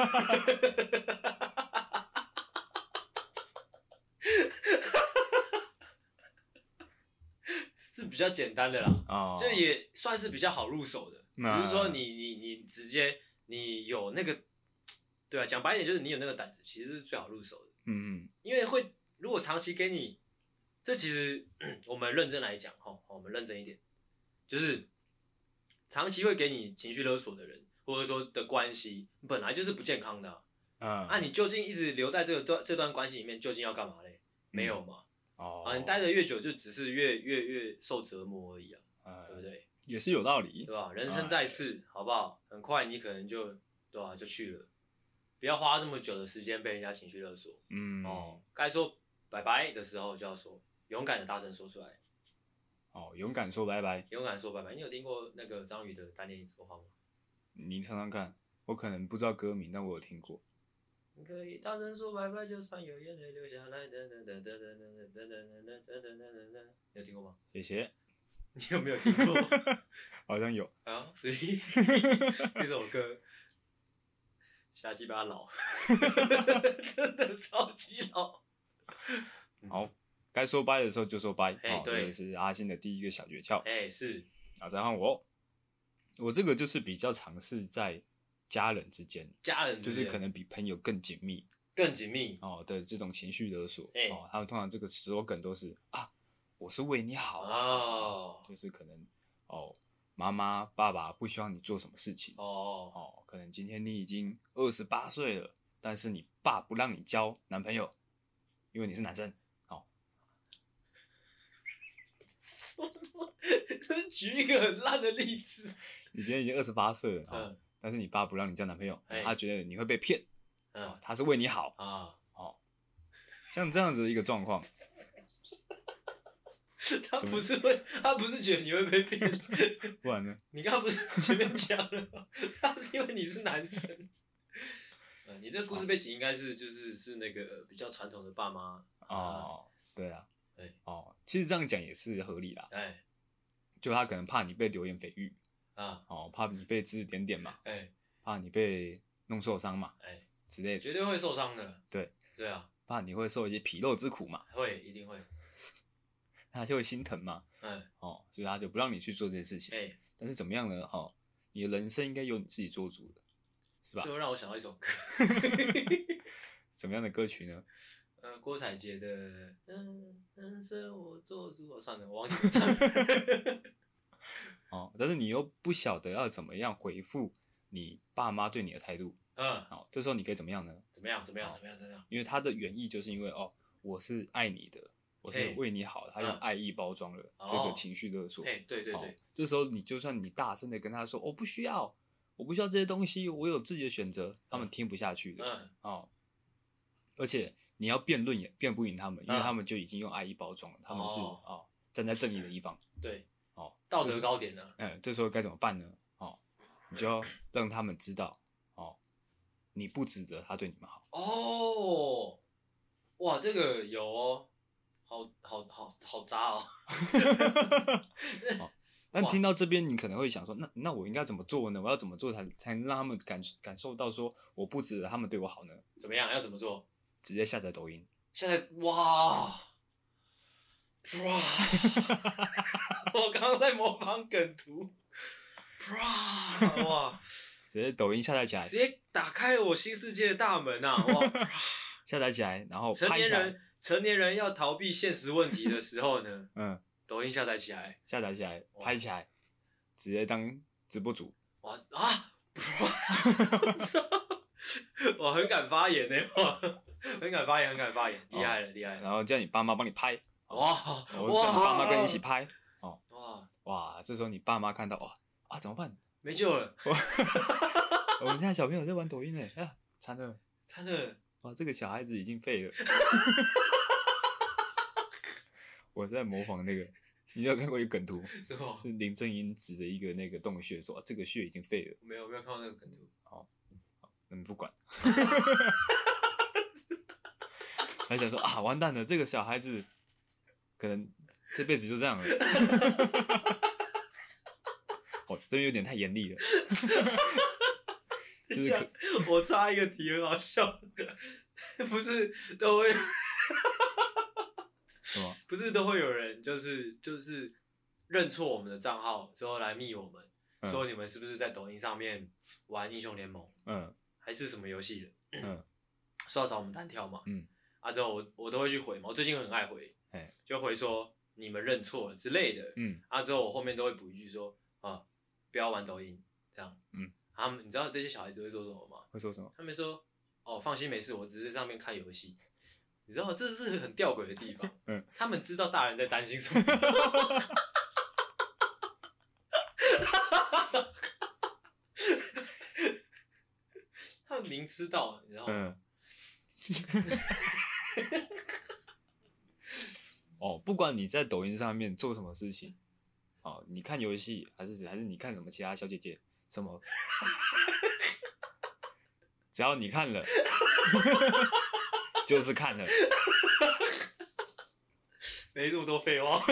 是比较简单的啦，哦，就也算是比较好入手的。只是说你你你直接你有那个，对啊，讲白一点就是你有那个胆子，其实是最好入手的。嗯嗯，因为会如果长期给你，这其实我们认真来讲哈，我们认真一点，就是长期会给你情绪勒索的人，或者说的关系，本来就是不健康的、啊。嗯，啊，你究竟一直留在这个段这段关系里面，究竟要干嘛嘞？没有嘛。哦，啊，你待得越久，就只是越越越受折磨而已啊，嗯、对不对？ 也是有道理， 对吧？人生在世，好不好？很快你可能就对吧、啊，就去了。不要花这么久的时间被人家情绪勒索。嗯，哦，该说拜拜的时候就要说，勇敢的大声说出来。 哦，勇敢说拜拜。 勇敢说拜拜。你有听过那个张宇的单恋一枝花吗？ 你唱唱看，我可能不知道歌名，但我有听过。 你可以大声说拜拜，就算有眼泪流下来。噔噔噔噔噔噔噔噔噔噔噔噔噔。你有听过吗？ 谢谢。 你有没有听过？ 好像有。 啊，所以这首歌。瞎鸡巴老，真的超级老。 好，该说拜的时候就说拜。哎、哦，这个是阿信的第一个小诀窍。 哎、欸，是。 啊，再换我，我这个就是比较尝试在家人之间， 家人之间就是可能比朋友更紧密、 更紧密哦的这种情绪勒索。欸、哦，他们通常这个slogan都是啊，我是为你好啊，哦、就是可能哦。妈妈、爸爸不希望你做什么事情哦哦，可能今天你已经二十八岁了，但是你爸不让你交男朋友，因为你是男生。哦， 举一个很烂的例子。 你今天已经二十八岁了，哦、 但是你爸不让你交男朋友，他觉得你会被骗，嗯、哦，他是为你好啊，哦，像这样子的一个状况， 他不是会，他不是觉得你会被骗， 不然呢？ 你刚刚不是前面讲了吗？他是因为你是男生。呃、你这个故事背景应该是就是是那个比较传统的爸妈哦，对啊， 对哦，其实这样讲也是合理啦， 哎， 就他可能怕你被流言蜚语啊， 哦，怕你被指指点点嘛， 哎， 怕你被弄受伤嘛， 哎， 之类的， 绝对会受伤的， 对， 对啊， 怕你会受一些皮肉之苦嘛， 会，一定会， 他就会心疼嘛， 嗯， 哦，所以他就不让你去做这件事情， 哎， 但是怎么样呢？哦，你的人生应该由你自己做主的。是吧？ 就让我想到一首歌， 什么样的歌曲呢？ 呃，郭采洁的《嗯人生我做主》，我算了，我忘记唱。 哦，但是你又不晓得要怎么样回复你爸妈对你的态度，嗯，好，这时候你可以怎么样呢？ 怎么样？怎么样？怎么样？怎么样？ 因为他的原意就是因为哦，我是爱你的，我是为你好，他用爱意包装了这个情绪勒索。 哎，对对对， 这时候你就算你大声的跟他说，我不需要。我不需要这些东西，我有自己的选择，他们听不下去的。嗯，哦，而且你要辩论也辩不赢他们，因为他们就已经用爱意包装了，他们是哦, 哦站在正义的一方。 对，哦，道德高点呢？ 嗯，这时候该怎么办呢？哦，你就要让他们知道，哦，你不值得他对你们好。 哦，哇，这个有哦，好好好好渣哦。 哦但听到这边，你可能会想说，那那我应该怎么做呢？我要怎么做才才能让他们感感受到说我不值得他们对我好呢？ 怎么样？要怎么做？ 直接下载抖音。 下载哇哇！我刚刚在模仿梗图。哇！ 直接抖音下载起来， 直接打开了我新世界的大门啊！哇！ 下载起来，然后成年人成年人要逃避现实问题的时候呢，嗯。抖音下载起来， 下载起来，拍起来，直接当直播主。 哇啊！我很敢发言呢，哇，很敢发言，很敢发言，厉害了，厉害了。 然后叫你爸妈帮你拍， 哇， 我叫你爸妈跟你一起拍，哦，哇哇，这时候你爸妈看到，哇啊，怎么办？ 没救了。 我们现在小朋友在玩抖音呢，啊，惨了， 惨了， 哇，这个小孩子已经废了。我在模仿那个，你有看过一个梗图？是, 是林正英指着一个那个洞穴说、啊：“这个穴已经废了。” 没有，没有看到那个梗图。 好，那你不管。还想说啊，完蛋了，这个小孩子可能这辈子就这样了。哦，这有点太严厉了。就是可我插一个题，很好笑，不是都会。不是都会有人就是就是认错我们的账号之后来密我们、嗯、说你们是不是在抖音上面玩英雄联盟，嗯，还是什么游戏的，嗯，说要找我们单挑嘛，嗯，啊之后我我都会去回嘛，我最近很爱回，就回说你们认错了之类的，嗯，啊之后我后面都会补一句说啊不要玩抖音这样，嗯，他们你知道这些小孩子会说什么吗？ 会说什么？ 他们说哦放心没事，我只是在上面看游戏。你知道这是很吊诡的地方，嗯，他们知道大人在担心什么，他们明知道，你知道吗？嗯、 哦，不管你在抖音上面做什么事情，哦，你看游戏还是还是你看什么其他小姐姐什么，只要你看了。就是看了， 没这么多废话。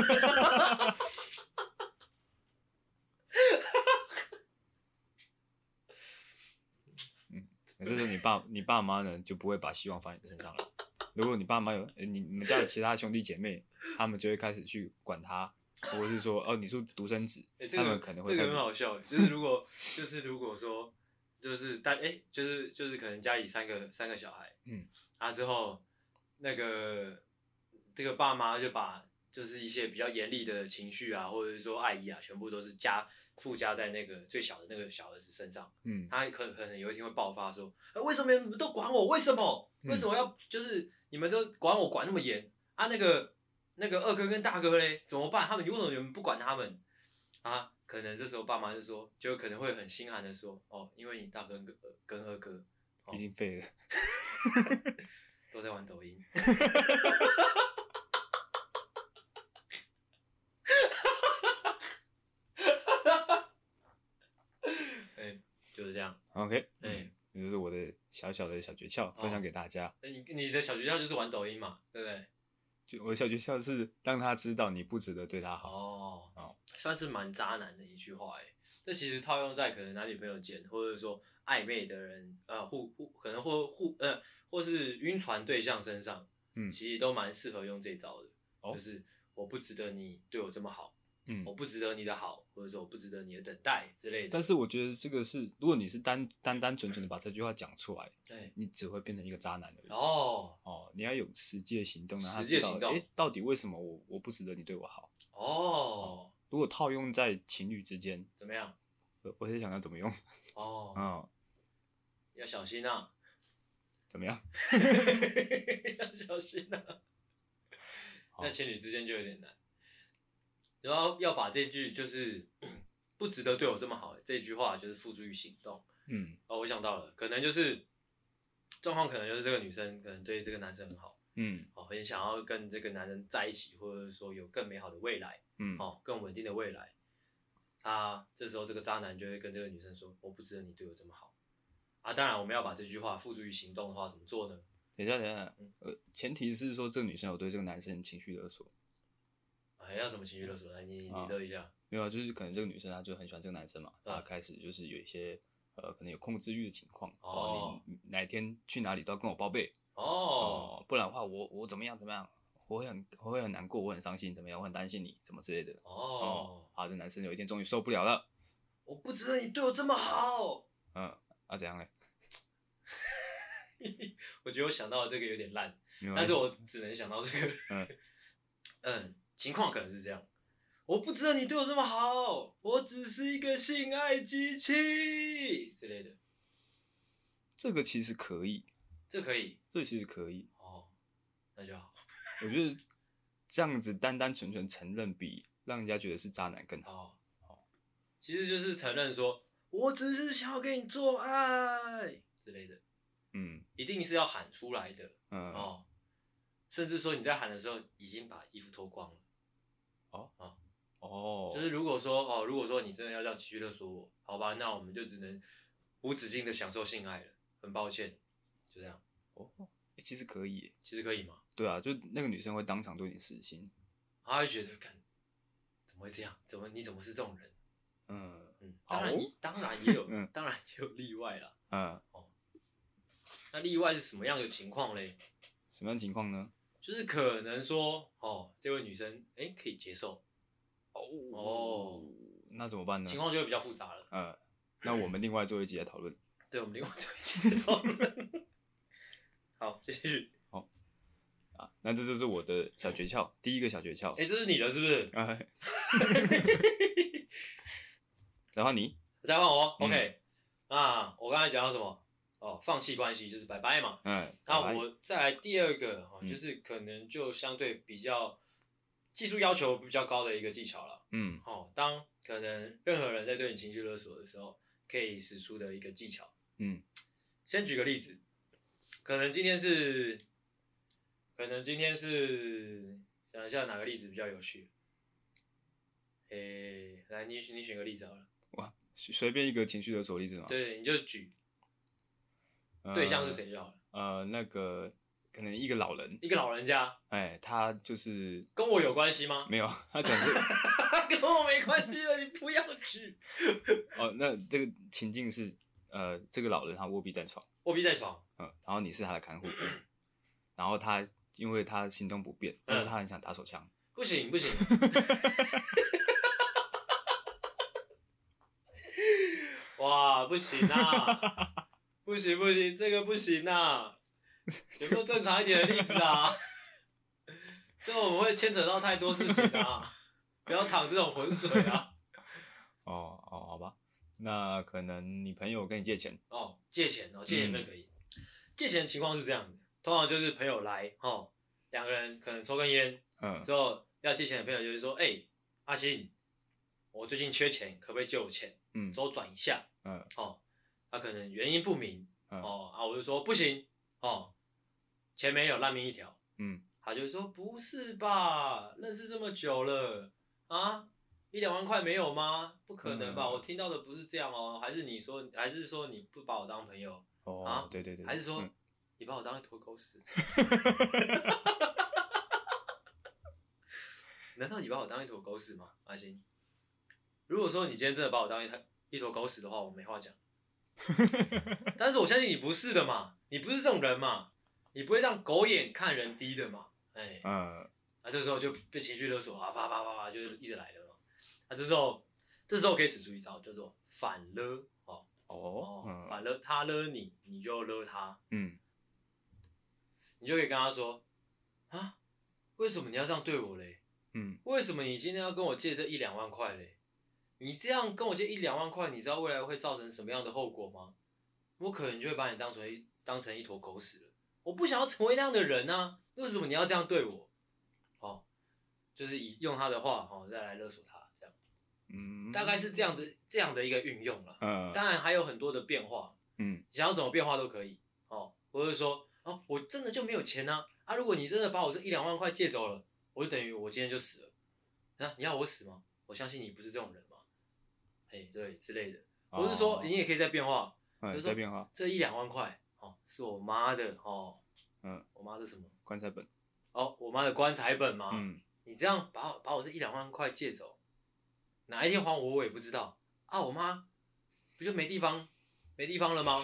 嗯，就是你爸你爸妈呢就不会把希望放在你身上了。如果你爸妈有、欸、你你们家的其他兄弟姐妹，他们就会开始去管他，或者是说哦你是独生子、 欸这个， 他们可能会这个很好笑，就是如果就是如果说。就是但哎、欸，就是就是可能家里三个三个小孩，嗯，啊之后那个这个爸妈就把就是一些比较严厉的情绪啊，或者是说爱意啊，全部都是加附加在那个最小的那个小儿子身上，嗯，他可可能有一天会爆发说，啊、为什么你们都管我？为什么？为什么要就是你们都管我管那么严啊？那个那个二哥跟大哥嘞怎么办？他们为什么你们不管他们啊？ 可能这时候爸妈就说，就可能会很心寒的说，哦，因为你大哥跟跟二哥、 哦、已经废了， 都在玩抖音。哎，就是这样。 OK， 哎，这就是我的小小的小诀窍，分享给大家。 哦、你你的小诀窍就是玩抖音嘛，对不对？ 就我的小诀窍是让他知道你不值得对他好。 哦，哦算是蛮渣男的一句话哎。这其实套用在可能男女朋友间，或者说暧昧的人，呃，互互可能或互呃，或是晕船对象身上，嗯，其实都蛮适合用这招的。哦、就是我不值得你对我这么好，嗯，我不值得你的好，或者说我不值得你的等待之类的。 但是我觉得这个是，如果你是单单单纯纯的把这句话讲出来，对，你只会变成一个渣男而已。哦哦，你要有实际的行动，让他知道，哎，到底为什么我我不值得你对我好？哦。哦如果套用在情侣之间， 怎么样？ 我我在想要怎么用。哦， 嗯，要小心啊。 怎么样？ 要小心啊。那情侣之间就有点难。然后要把这句就是不值得对我这么好这句话，就是付诸于行动。嗯，哦，我想到了，可能就是状况，可能就是这个女生可能对这个男生很好。嗯，哦，很想要跟这个男人在一起，或者说有更美好的未来。嗯，哦，更稳定的未来。他这时候这个渣男就会跟这个女生说：“我不值得你对我这么好。”啊，当然我们要把这句话付诸于行动的话，怎么做呢？ 等一下，等一下，嗯、呃，前提是说这个女生有对这个男生情绪勒索。 哎，要怎么情绪勒索？来，你你勒一下、啊。 没有啊，就是可能这个女生她就很喜欢这个男生嘛，她、嗯、开始就是有一些呃可能有控制欲的情况。哦, 哦，你哪一天去哪里都要跟我报备。哦, 哦，不然的话我我怎么样怎么样？我会很我会很难过，我很伤心，怎么样？我很担心你，什么之类的。哦，哦好，这男生有一天终于受不了了， 我不值得你对我这么好。 嗯，啊怎样嘞？ 我觉得我想到的这个有点烂，但是我只能想到这个。嗯嗯，情况可能是这样，我不值得你对我这么好，我只是一个性爱机器之类的。 这个其实可以， 这可以， 这其实可以。 哦，那就好。 我觉得这样子单单纯纯承认比让人家觉得是渣男更好。 哦，其实就是承认说，我只是想要跟你做爱之类的。嗯，一定是要喊出来的。嗯哦，甚至说你在喊的时候已经把衣服脱光了。哦啊哦，就是如果说哦，如果说你真的要这样情绪勒索我，好吧，那我们就只能无止境的享受性爱了。很抱歉，就这样。 哦，欸、其实可以， 其实可以吗？ 对啊，就那个女生会当场对你死心， 她会觉得，看怎么会这样？怎么你怎么是这种人？嗯嗯，当然当然也有，嗯、当然也有例外啦。嗯哦，那例外是什么样的情况嘞？ 什么样的情况呢？ 就是可能说，哦，这位女生哎、欸、可以接受。哦哦，那怎么办呢？ 情况就会比较复杂了。 嗯，那我们另外做一集来讨论。 对，我们另外做一集来讨论。好，继续。 好啊，那这就是我的小诀窍，第一个小诀窍。 哎、欸，这是你的，是不是？啊。 再换你， 再换我。嗯、OK。啊，我刚才讲到什么？哦，放弃关系就是拜拜嘛。嗯。那我再来第二个，哦，就是可能就相对比较技术要求比较高的一个技巧了。嗯。哦，当可能任何人在对你情绪勒索的时候，可以使出的一个技巧。嗯。先举个例子。可能今天是，可能今天是，想一下哪个例子比较有趣。诶、欸，来，你你选个例子好了。 哇，随便一个情绪勒索例子吗？ 对，你就举。呃、对象是谁就好了。 呃，那个可能一个老人， 一个老人家。 哎、欸，他就是跟我有关系吗？ 没有，他可能是跟我没关系的，你不要举。 哦，那这个情境是，呃，这个老人他卧病在床。 卧病在床。 嗯，然后你是他的看护，然后他因为他行动不便，但是他很想打手枪。嗯、 不行不行。哇，不行啊！不行不行，这个不行啊！有没有正常一点的例子啊？这我们会牵扯到太多事情啊！不要淌这种浑水啊！ 哦哦，好吧，那可能你朋友跟你借钱。 哦，借钱哦，借钱就可以。嗯借钱的情况是这样的，通常就是朋友来，哦，两个人可能抽根烟，嗯，之后要借钱的朋友就是说，哎、欸，阿星， 我最近缺钱，可不可以借我钱？嗯，周转一下。嗯，哦，他可能原因不明。嗯、哦啊，我就说不行。哦，钱没有，烂命一条。嗯，他就说不是吧，认识这么久了啊，一两万块没有吗？不可能吧，嗯、我听到的不是这样哦，还是你说，还是说你不把我当朋友？哦，啊， 对对对， 还是说、嗯、你把我当一坨狗屎？难道你把我当一坨狗屎吗？阿星，如果说你今天真的把我当一一坨狗屎的话，我没话讲。但是我相信你不是的嘛，你不是这种人嘛，你不会让狗眼看人低的嘛，哎，嗯，啊，这时候就被情绪勒索啊，啪啪啪啪，就一直来了嘛。啊，这时候，这时候可以使出一招，叫做反勒，哦哦，嗯、反勒，他勒你，你就勒他，嗯，你就可以跟他说，啊，为什么你要这样对我嘞？嗯，为什么你今天要跟我借这一两万块嘞？你这样跟我借一两万块，你知道未来会造成什么样的后果吗？我可能就会把你当成一当成一坨狗屎了。我不想要成为那样的人啊！为什么你要这样对我？哦，就是以用他的话哦，再来勒索他，这样，嗯，大概是这样的这样的一个运用了。嗯，当然还有很多的变化，嗯，想要怎么变化都可以哦。或者说，哦，我真的就没有钱啊！啊，如果你真的把我这一两万块借走了，我就等于我今天就死了。啊，你要我死吗？我相信你不是这种人嘛。哎，对之类的，或是说你也可以再变化， 哦、 就是再变化， 这一两万块哦，是我妈的哦，嗯，我妈的什么棺材本？ 哦，我妈的棺材本嘛，嗯，你这样把我把我这一两万块借走，哪一天还我我也不知道啊，我妈不就没地方没地方了吗？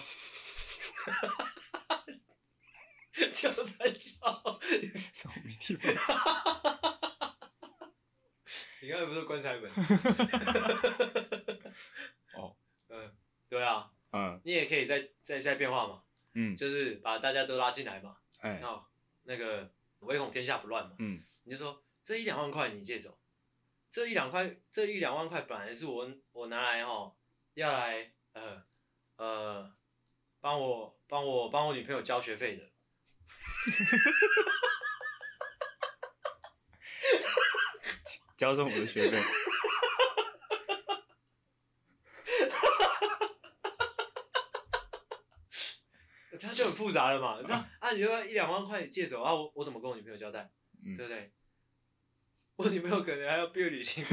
就在笑， 什么没地方？ 你刚才不是棺材本？哦，嗯，对啊，嗯，你也可以再再再变化嘛，嗯，就是把大家都拉进来嘛，哎，哦，那个唯恐天下不乱嘛，嗯，你就说这一两万块你借走，这一两块这一两万块本来是我我拿来哈，要来呃呃帮我帮我帮我女朋友交学费的。 交上我的学费。 他就很复杂了嘛，你知道啊？你就要一两万块借走啊，我我怎么跟我女朋友交代？嗯、对不对？我女朋友可能还要毕业旅行。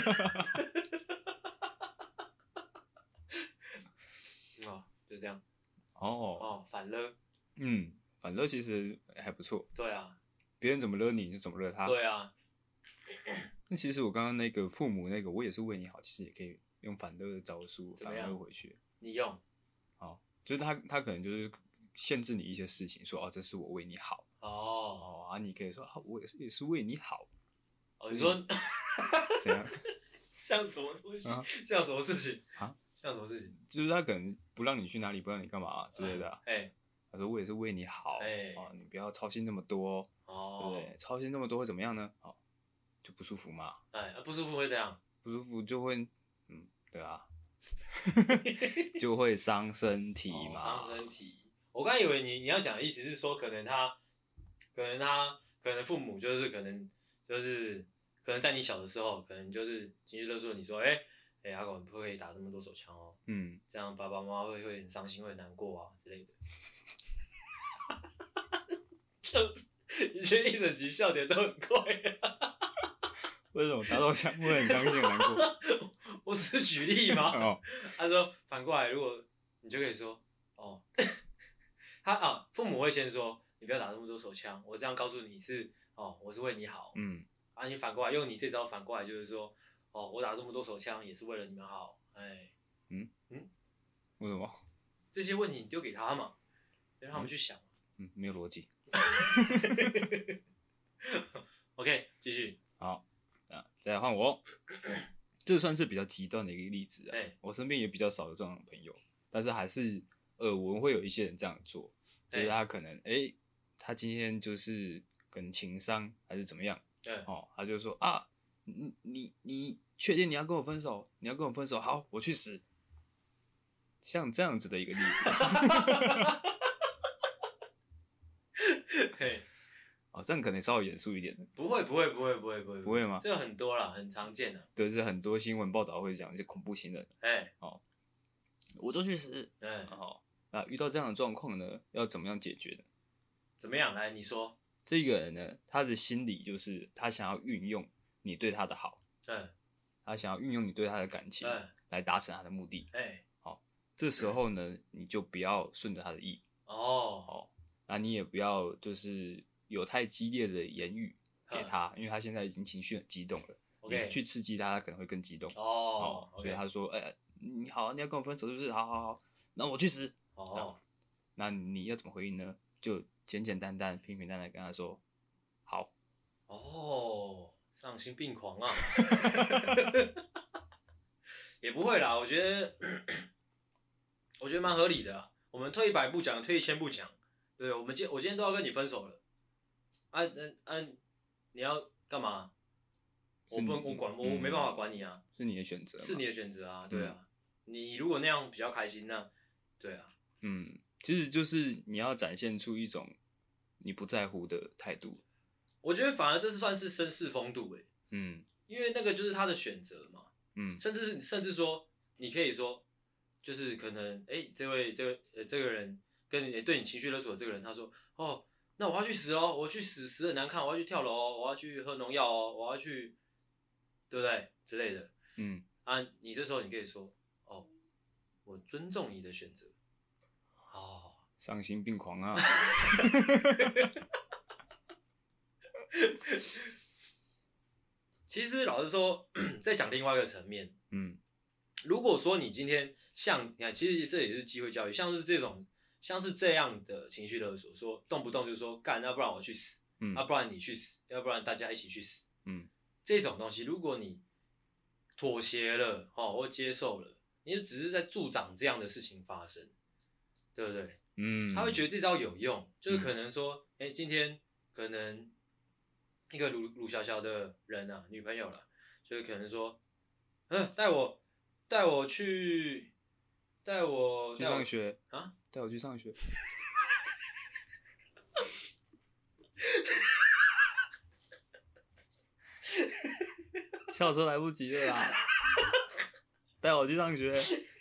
哦，就这样。哦哦，反勒。 嗯，反勒其实还不错。 对啊。 别人怎么勒你，你就怎么勒他。 对啊。 那其实我刚刚那个父母那个，我也是为你好，其实也可以用反勒的招数反勒回去。 你用。 哦，就是他他可能就是限制你一些事情，说哦，这是我为你好。哦哦啊，你可以说啊，我也是也是为你好。 哦，你说怎样？ 像什么东西？啊、像什么事情啊？像什么事情？ 就是他可能不让你去哪里，不让你干嘛、啊、之类的、啊。哎、欸，他说我也是为你好。哎、欸，哦，你不要操心那么多。哦，对不对？操心那么多会怎么样呢？哦，就不舒服嘛。 哎、欸，不舒服会怎样？ 不舒服就会，嗯，对啊，就会伤身体嘛。 伤、哦、身体。我刚以为你你要讲的意思是说，可能他，可能他，可能父母就是可能就是可能在你小的时候，可能就是情绪勒索你说，哎、欸、哎、欸，阿狗你不可以打这么多手枪哦，嗯，这样爸爸妈妈会会很伤心，会很难过啊之类的。就是以前一整集笑点都很快啊。 为什么打手枪会很伤心很难过？ 我只是举例嘛。哦、他说反过来，如果你就可以说，哦。他啊，父母会先说你不要打那么多手枪，我这样告诉你是哦，我是为你好。嗯，啊，你反过来用你这招反过来就是说，哦，我打这么多手枪也是为了你们好。哎， 嗯嗯，为什么？ 这些问题你丢给他嘛，让他们去想。 嗯，没有逻辑。 OK， 继续。 好，啊，再来换我。这算是比较极端的一个例子啊。欸、我身边也比较少有这种朋友，但是还是耳闻会有一些人这样做。就是他可能哎、欸，他今天就是可能情商还是怎么样，对哦，他就说啊，你你你确定你要跟我分手？你要跟我分手？好，我去死。像这样子的一个例子，哦， 这样可能稍微严肃一点。 不会，不会，不会，不会，不会， 不会吗？ 这个很多啦，很常见的。 对，是很多新闻报道会讲一些恐怖情人。 哎、欸， 哦，我就去死。 哎， 好，那遇到这样的状况呢，要怎么样解决呢？ 怎么样？来，你说。 这个人呢，他的心理就是他想要运用你对他的好， 嗯， 他想要运用你对他的感情，嗯，来达成他的目的。 哎、欸， 好，这时候呢，你就不要顺着他的意。 哦， 好，那你也不要就是有太激烈的言语给他，因为他现在已经情绪很激动了。Okay. 你去刺激他，他可能会更激动。 哦， 所以他说：“哎、欸，你好，你要跟我分手是不是？好好好，那我去死。”哦，那你要怎么回应呢？就简简单单、平平淡淡跟他说：“好。” 哦，丧心病狂啊！也不会啦，我觉得，我觉得蛮合理的啊。我们退一百步讲，退一千步讲，对，我们今我今天都要跟你分手了，啊嗯啊，你要干嘛？我不能，我管，我没办法管你啊。 是你的选择， 是你的选择啊，对啊。嗯、你如果那样比较开心，那对啊。 嗯，其实就是你要展现出一种你不在乎的态度。 我觉得反而这是算是绅士风度诶、欸。 嗯， 因为那个就是他的选择嘛。 嗯， 甚至是甚至说，你可以说，就是可能，哎、欸，这位这位呃这个人跟你、欸、对你情绪勒索的这个人，他说，哦，那我要去死哦，我去死死很难看，我要去跳楼哦，我要去喝农药哦，我要去，对不对之类的。 嗯， 啊，你这时候你可以说，哦，我尊重你的选择。哦， 丧心病狂啊！ 其实老实说，再讲另外一个层面， 嗯， 如果说你今天像你看，其实这也是机会教育，像是这种像是这样的情绪勒索，说动不动就说干，要不然我去死，嗯，要不然你去死，要不然大家一起去死，嗯，这种东西，如果你妥协了，哦，或接受了，你就只是在助长这样的事情发生，对不对？嗯，他会觉得这招有用，就是可能说，哎、嗯欸，今天可能一个鲁鲁小小的人啊，女朋友了，就是可能说，嗯，带我带我去带我去上学啊， 带我去上学。笑车来不及了啦！带我去上学。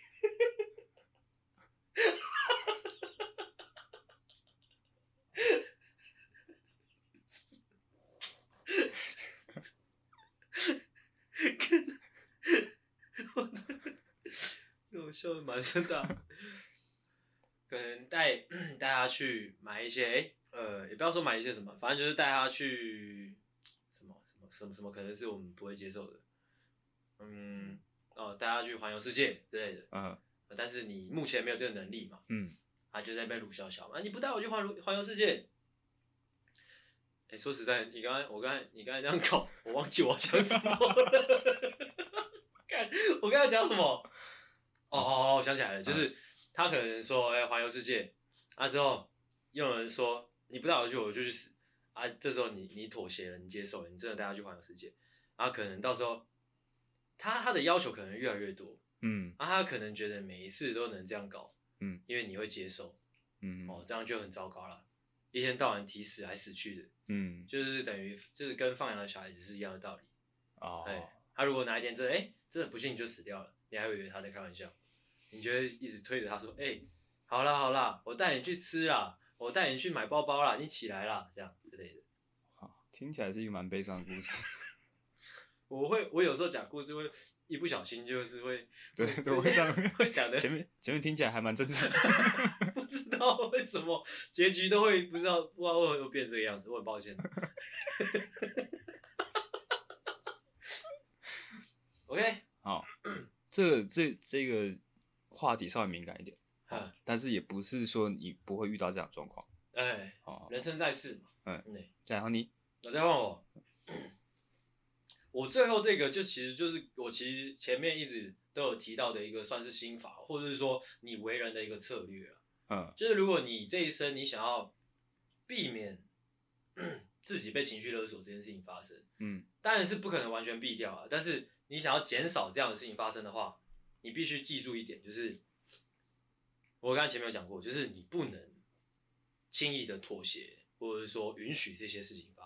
我笑得满身大。可能带带他去买一些，哎、欸，呃，也不要说买一些什么，反正就是带他去什么什么什么什么，可能是我们不会接受的，嗯，哦，带他去环游世界之类的，嗯，但是你目前没有这个能力嘛，嗯，他就在那边鲁小小嘛，你不带我去环环游世界，哎、欸，说实在，你刚才我刚才你刚才这样搞，我忘记我要讲什么了，看我刚才讲什么，哦哦哦，我想起来了，就是。嗯，他可能说，哎、欸，环游世界，啊之后又有人说你不带我去，我就去死，啊，这时候你你妥协了，你接受了，你真的带他去环游世界，啊，可能到时候他他的要求可能越来越多，嗯，啊，他可能觉得每一次都能这样搞，嗯，因为你会接受，嗯，哦，这样就很糟糕了，一天到晚提死来死去的，嗯，就是等于就是跟放羊的小孩子是一样的道理，哦，哎，他如果哪一天真的哎、欸、真的不幸就死掉了，你还会以为他在开玩笑。你就会一直推着他说：“哎、欸，好啦好啦，我带你去吃啦，我带你去买包包啦，你起来啦，这样之类的。” 好，听起来是一个蛮悲伤的故事。 我会，我有时候讲故事会一不小心就是会， 对，对，会这样， 会讲的。 前面前面听起来还蛮正常的， 不知道为什么结局都会不知道不知道为什么变这个样子，我很抱歉。OK， 好，这个这这个。话题稍微敏感一点，嗯，但是也不是说你不会遇到这样的状况， 哎、欸，哦，人生在世嘛，嗯， 嗯，然后你， 我再换我，我最后这个就其实就是我其實前面一直都有提到的一個算是心法，或者是說你為人的一個策略啊，嗯，就是如果你這一生你想要避免自己被情緒勒索這件事情發生，嗯，當然是不可能完全避掉啊，但是你想要減少這樣的事情發生的話，你必須記住一點，就是我剛才前面有講過，就是你不能輕易的妥協，或者是說允許這些事情發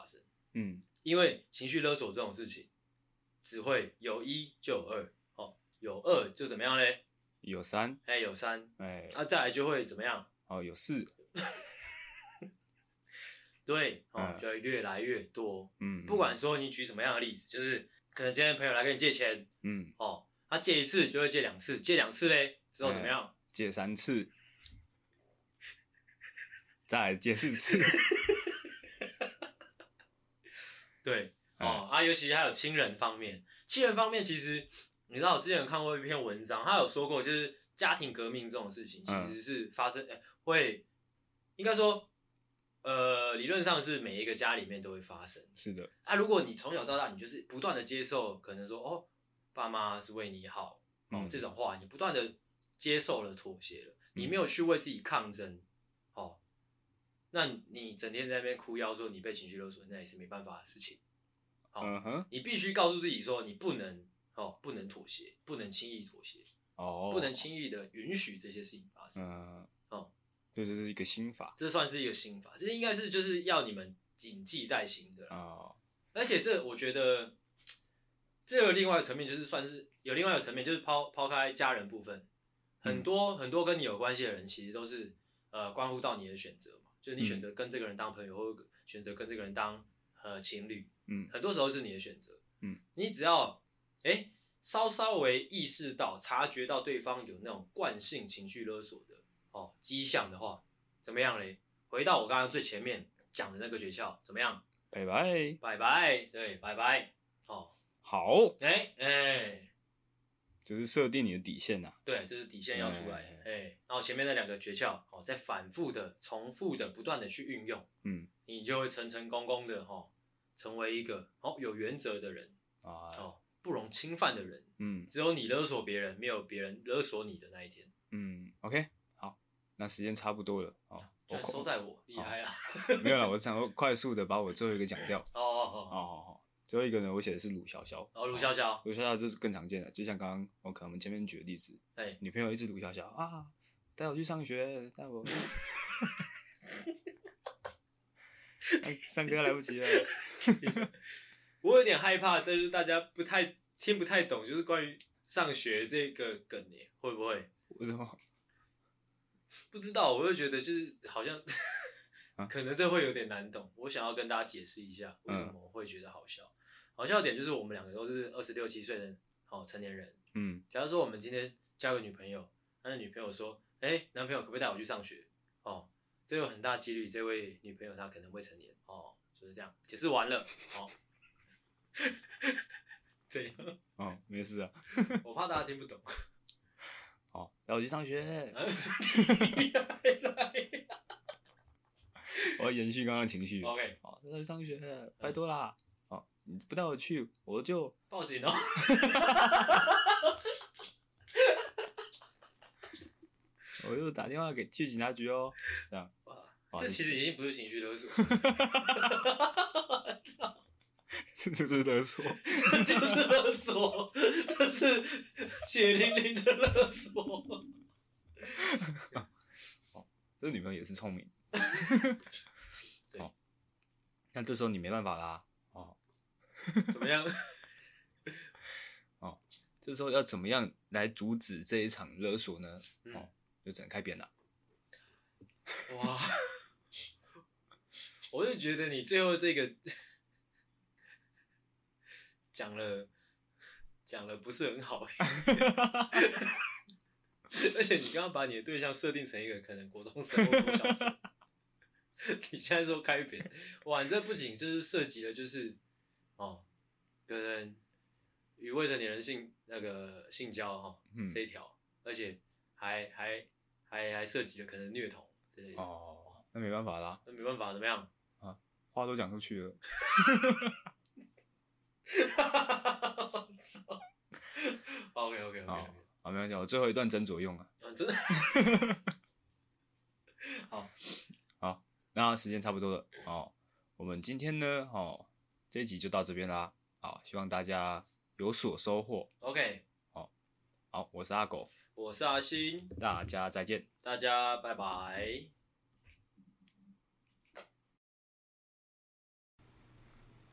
嗯，因为情绪勒索这种事情，只会有一就有二，哦，有二就怎么样嘞？ 有三， 哎、欸，有三，哎、 欸， 啊，再来就会怎么样？ 哦，有四， 对，哦，嗯、就会越来越多。 嗯， 不管说你举什么样的例子，就是可能今天朋友来跟你借钱，嗯，哦，他借一次就会借两次，借两次嘞之后怎么样？欸、 借三次，再来借四次。 对，哦，啊，尤其还有亲人方面，亲人方面其实你知道，我之前有看过一篇文章，他有说过，就是家庭革命这种事情其实是发生，欸、会应该说，呃，理论上是每一个家里面都会发生。 是的。 啊，如果你从小到大，你就是不断的接受，可能说哦，爸妈是为你好，哦、嗯、这种话，你不断的接受了、妥协了，你没有去为自己抗争，哦。那你整天在那边哭腰说你被情绪勒索，那也是没办法的事情。好、哦，uh-huh. 你必须告诉自己说你不能哦，不能妥协，不能轻易妥协，哦、oh. 不能轻易的允许这些事情发生。嗯、uh, 哦， 这就是一个心法， 这算是一个心法，这应该是就是要你们谨记在心的啦。哦、oh. 而且这我觉得这有另外一个层面，就是算是有另外一个层面，就是抛抛开家人部分，很多、嗯、很多跟你有关系的人，其实都是呃关乎到你的选择。就是你选择跟这个人当朋友，嗯、或者选择跟这个人当呃情侣，嗯，很多时候是你的选择，嗯，你只要哎、欸、稍稍微意识到、察觉到对方有那种惯性情绪勒索的哦迹象的话，怎么样嘞？回到我刚刚最前面讲的那个诀窍，怎么样？ 拜拜， 拜拜，对，拜拜，哦， 好， 哎哎。欸就是设定你的底线呐、啊， 对，这是底线要出来，哎、欸，然后前面那两个诀窍，哦，再反复的、重复的、不断的去运用，嗯，你就会成成功功的，哦，成为一个哦有原则的人，啊，哦，不容侵犯的人，嗯，只有你勒索别人，没有别人勒索你的那一天， 嗯 ，OK， 好，那时间差不多了，哦， 居然收在我，厉害啦， 没有啦，我想说快速的把我最后一个讲掉， 哦哦哦， 哦哦。最后一个呢，我写的是鲁小小。 哦，鲁小小， 鲁小小就是更常见的，就像刚刚我可能我们前面举的例子，哎，女朋友一直鲁小小啊，带我去上学，带我，上上课来不及了。 我有点害怕，但是大家不太听不太懂，就是关于上学这个梗耶，会不会？ 为什么？ 不知道，我就觉得就是好像。可能这会有点难懂，我想要跟大家解释一下为什么我会觉得好笑。嗯、好笑的点就是我们两个都是二十六七岁的哦成年人。嗯，假如说我们今天交个女朋友，那女朋友说：“哎、欸，男朋友可不可以带我去上学？”哦，这有很大几率这位女朋友她可能未成年哦，就是这样。解释完了，哦，怎样？ 哦，没事啊， 我怕大家听不懂。 哦，带我去上学。我要延续刚刚的情绪。 OK， 好，带我去上学，拜托啦！哦，你不带我去，我就报警哦。 我就打电话给去警察局哦。这样， 这其实已经不是情绪勒索。 这就是勒索， 这就是勒索，这是血淋淋的勒索。 哦，这个女朋友也是聪明。哦，那这时候你没办法啦。哦， 怎么样？ 哦，这时候要怎么样来阻止这一场勒索呢？嗯、哦，就只能开扁了。 哇，我就觉得你最后这个讲了讲了不是很好。而且你刚刚把你的对象设定成一个可能国中生或国小生。你现在说开扁，哇！你这不仅就是涉及了，就是哦，可能与未成年人性那个性交哈、哦嗯、这一条，而且还还还还涉及了可能虐童之类的。 哦，那没办法啦， 那没办法，怎么样？ 啊，话都讲出去了。 OK OK OK， 好，没关系，我最后一段斟酌用了。 啊，真的。好， 好。那时间差不多了，哦，我们今天呢，哦，这一集就到这边啦，好，希望大家有所收获。 OK， 好，好，我是阿狗， 我是阿星， 大家再见， 大家拜拜。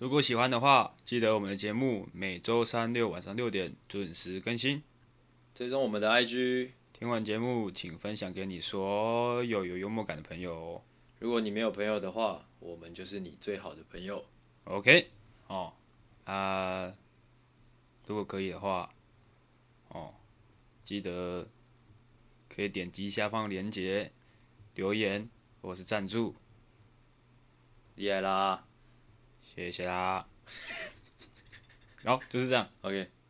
如果喜欢的话，记得我们的节目每周三六晚上六点准时更新。 追踪我们的 I G。 听完节目，请分享给你所有有幽默感的朋友。 如果你没有朋友的话，我们就是你最好的朋友。 OK， 哦，啊，如果可以的话，哦，记得可以点击下方链接留言或是赞助。 厉害啦！ 谢谢啦。好，就是这样。 OK。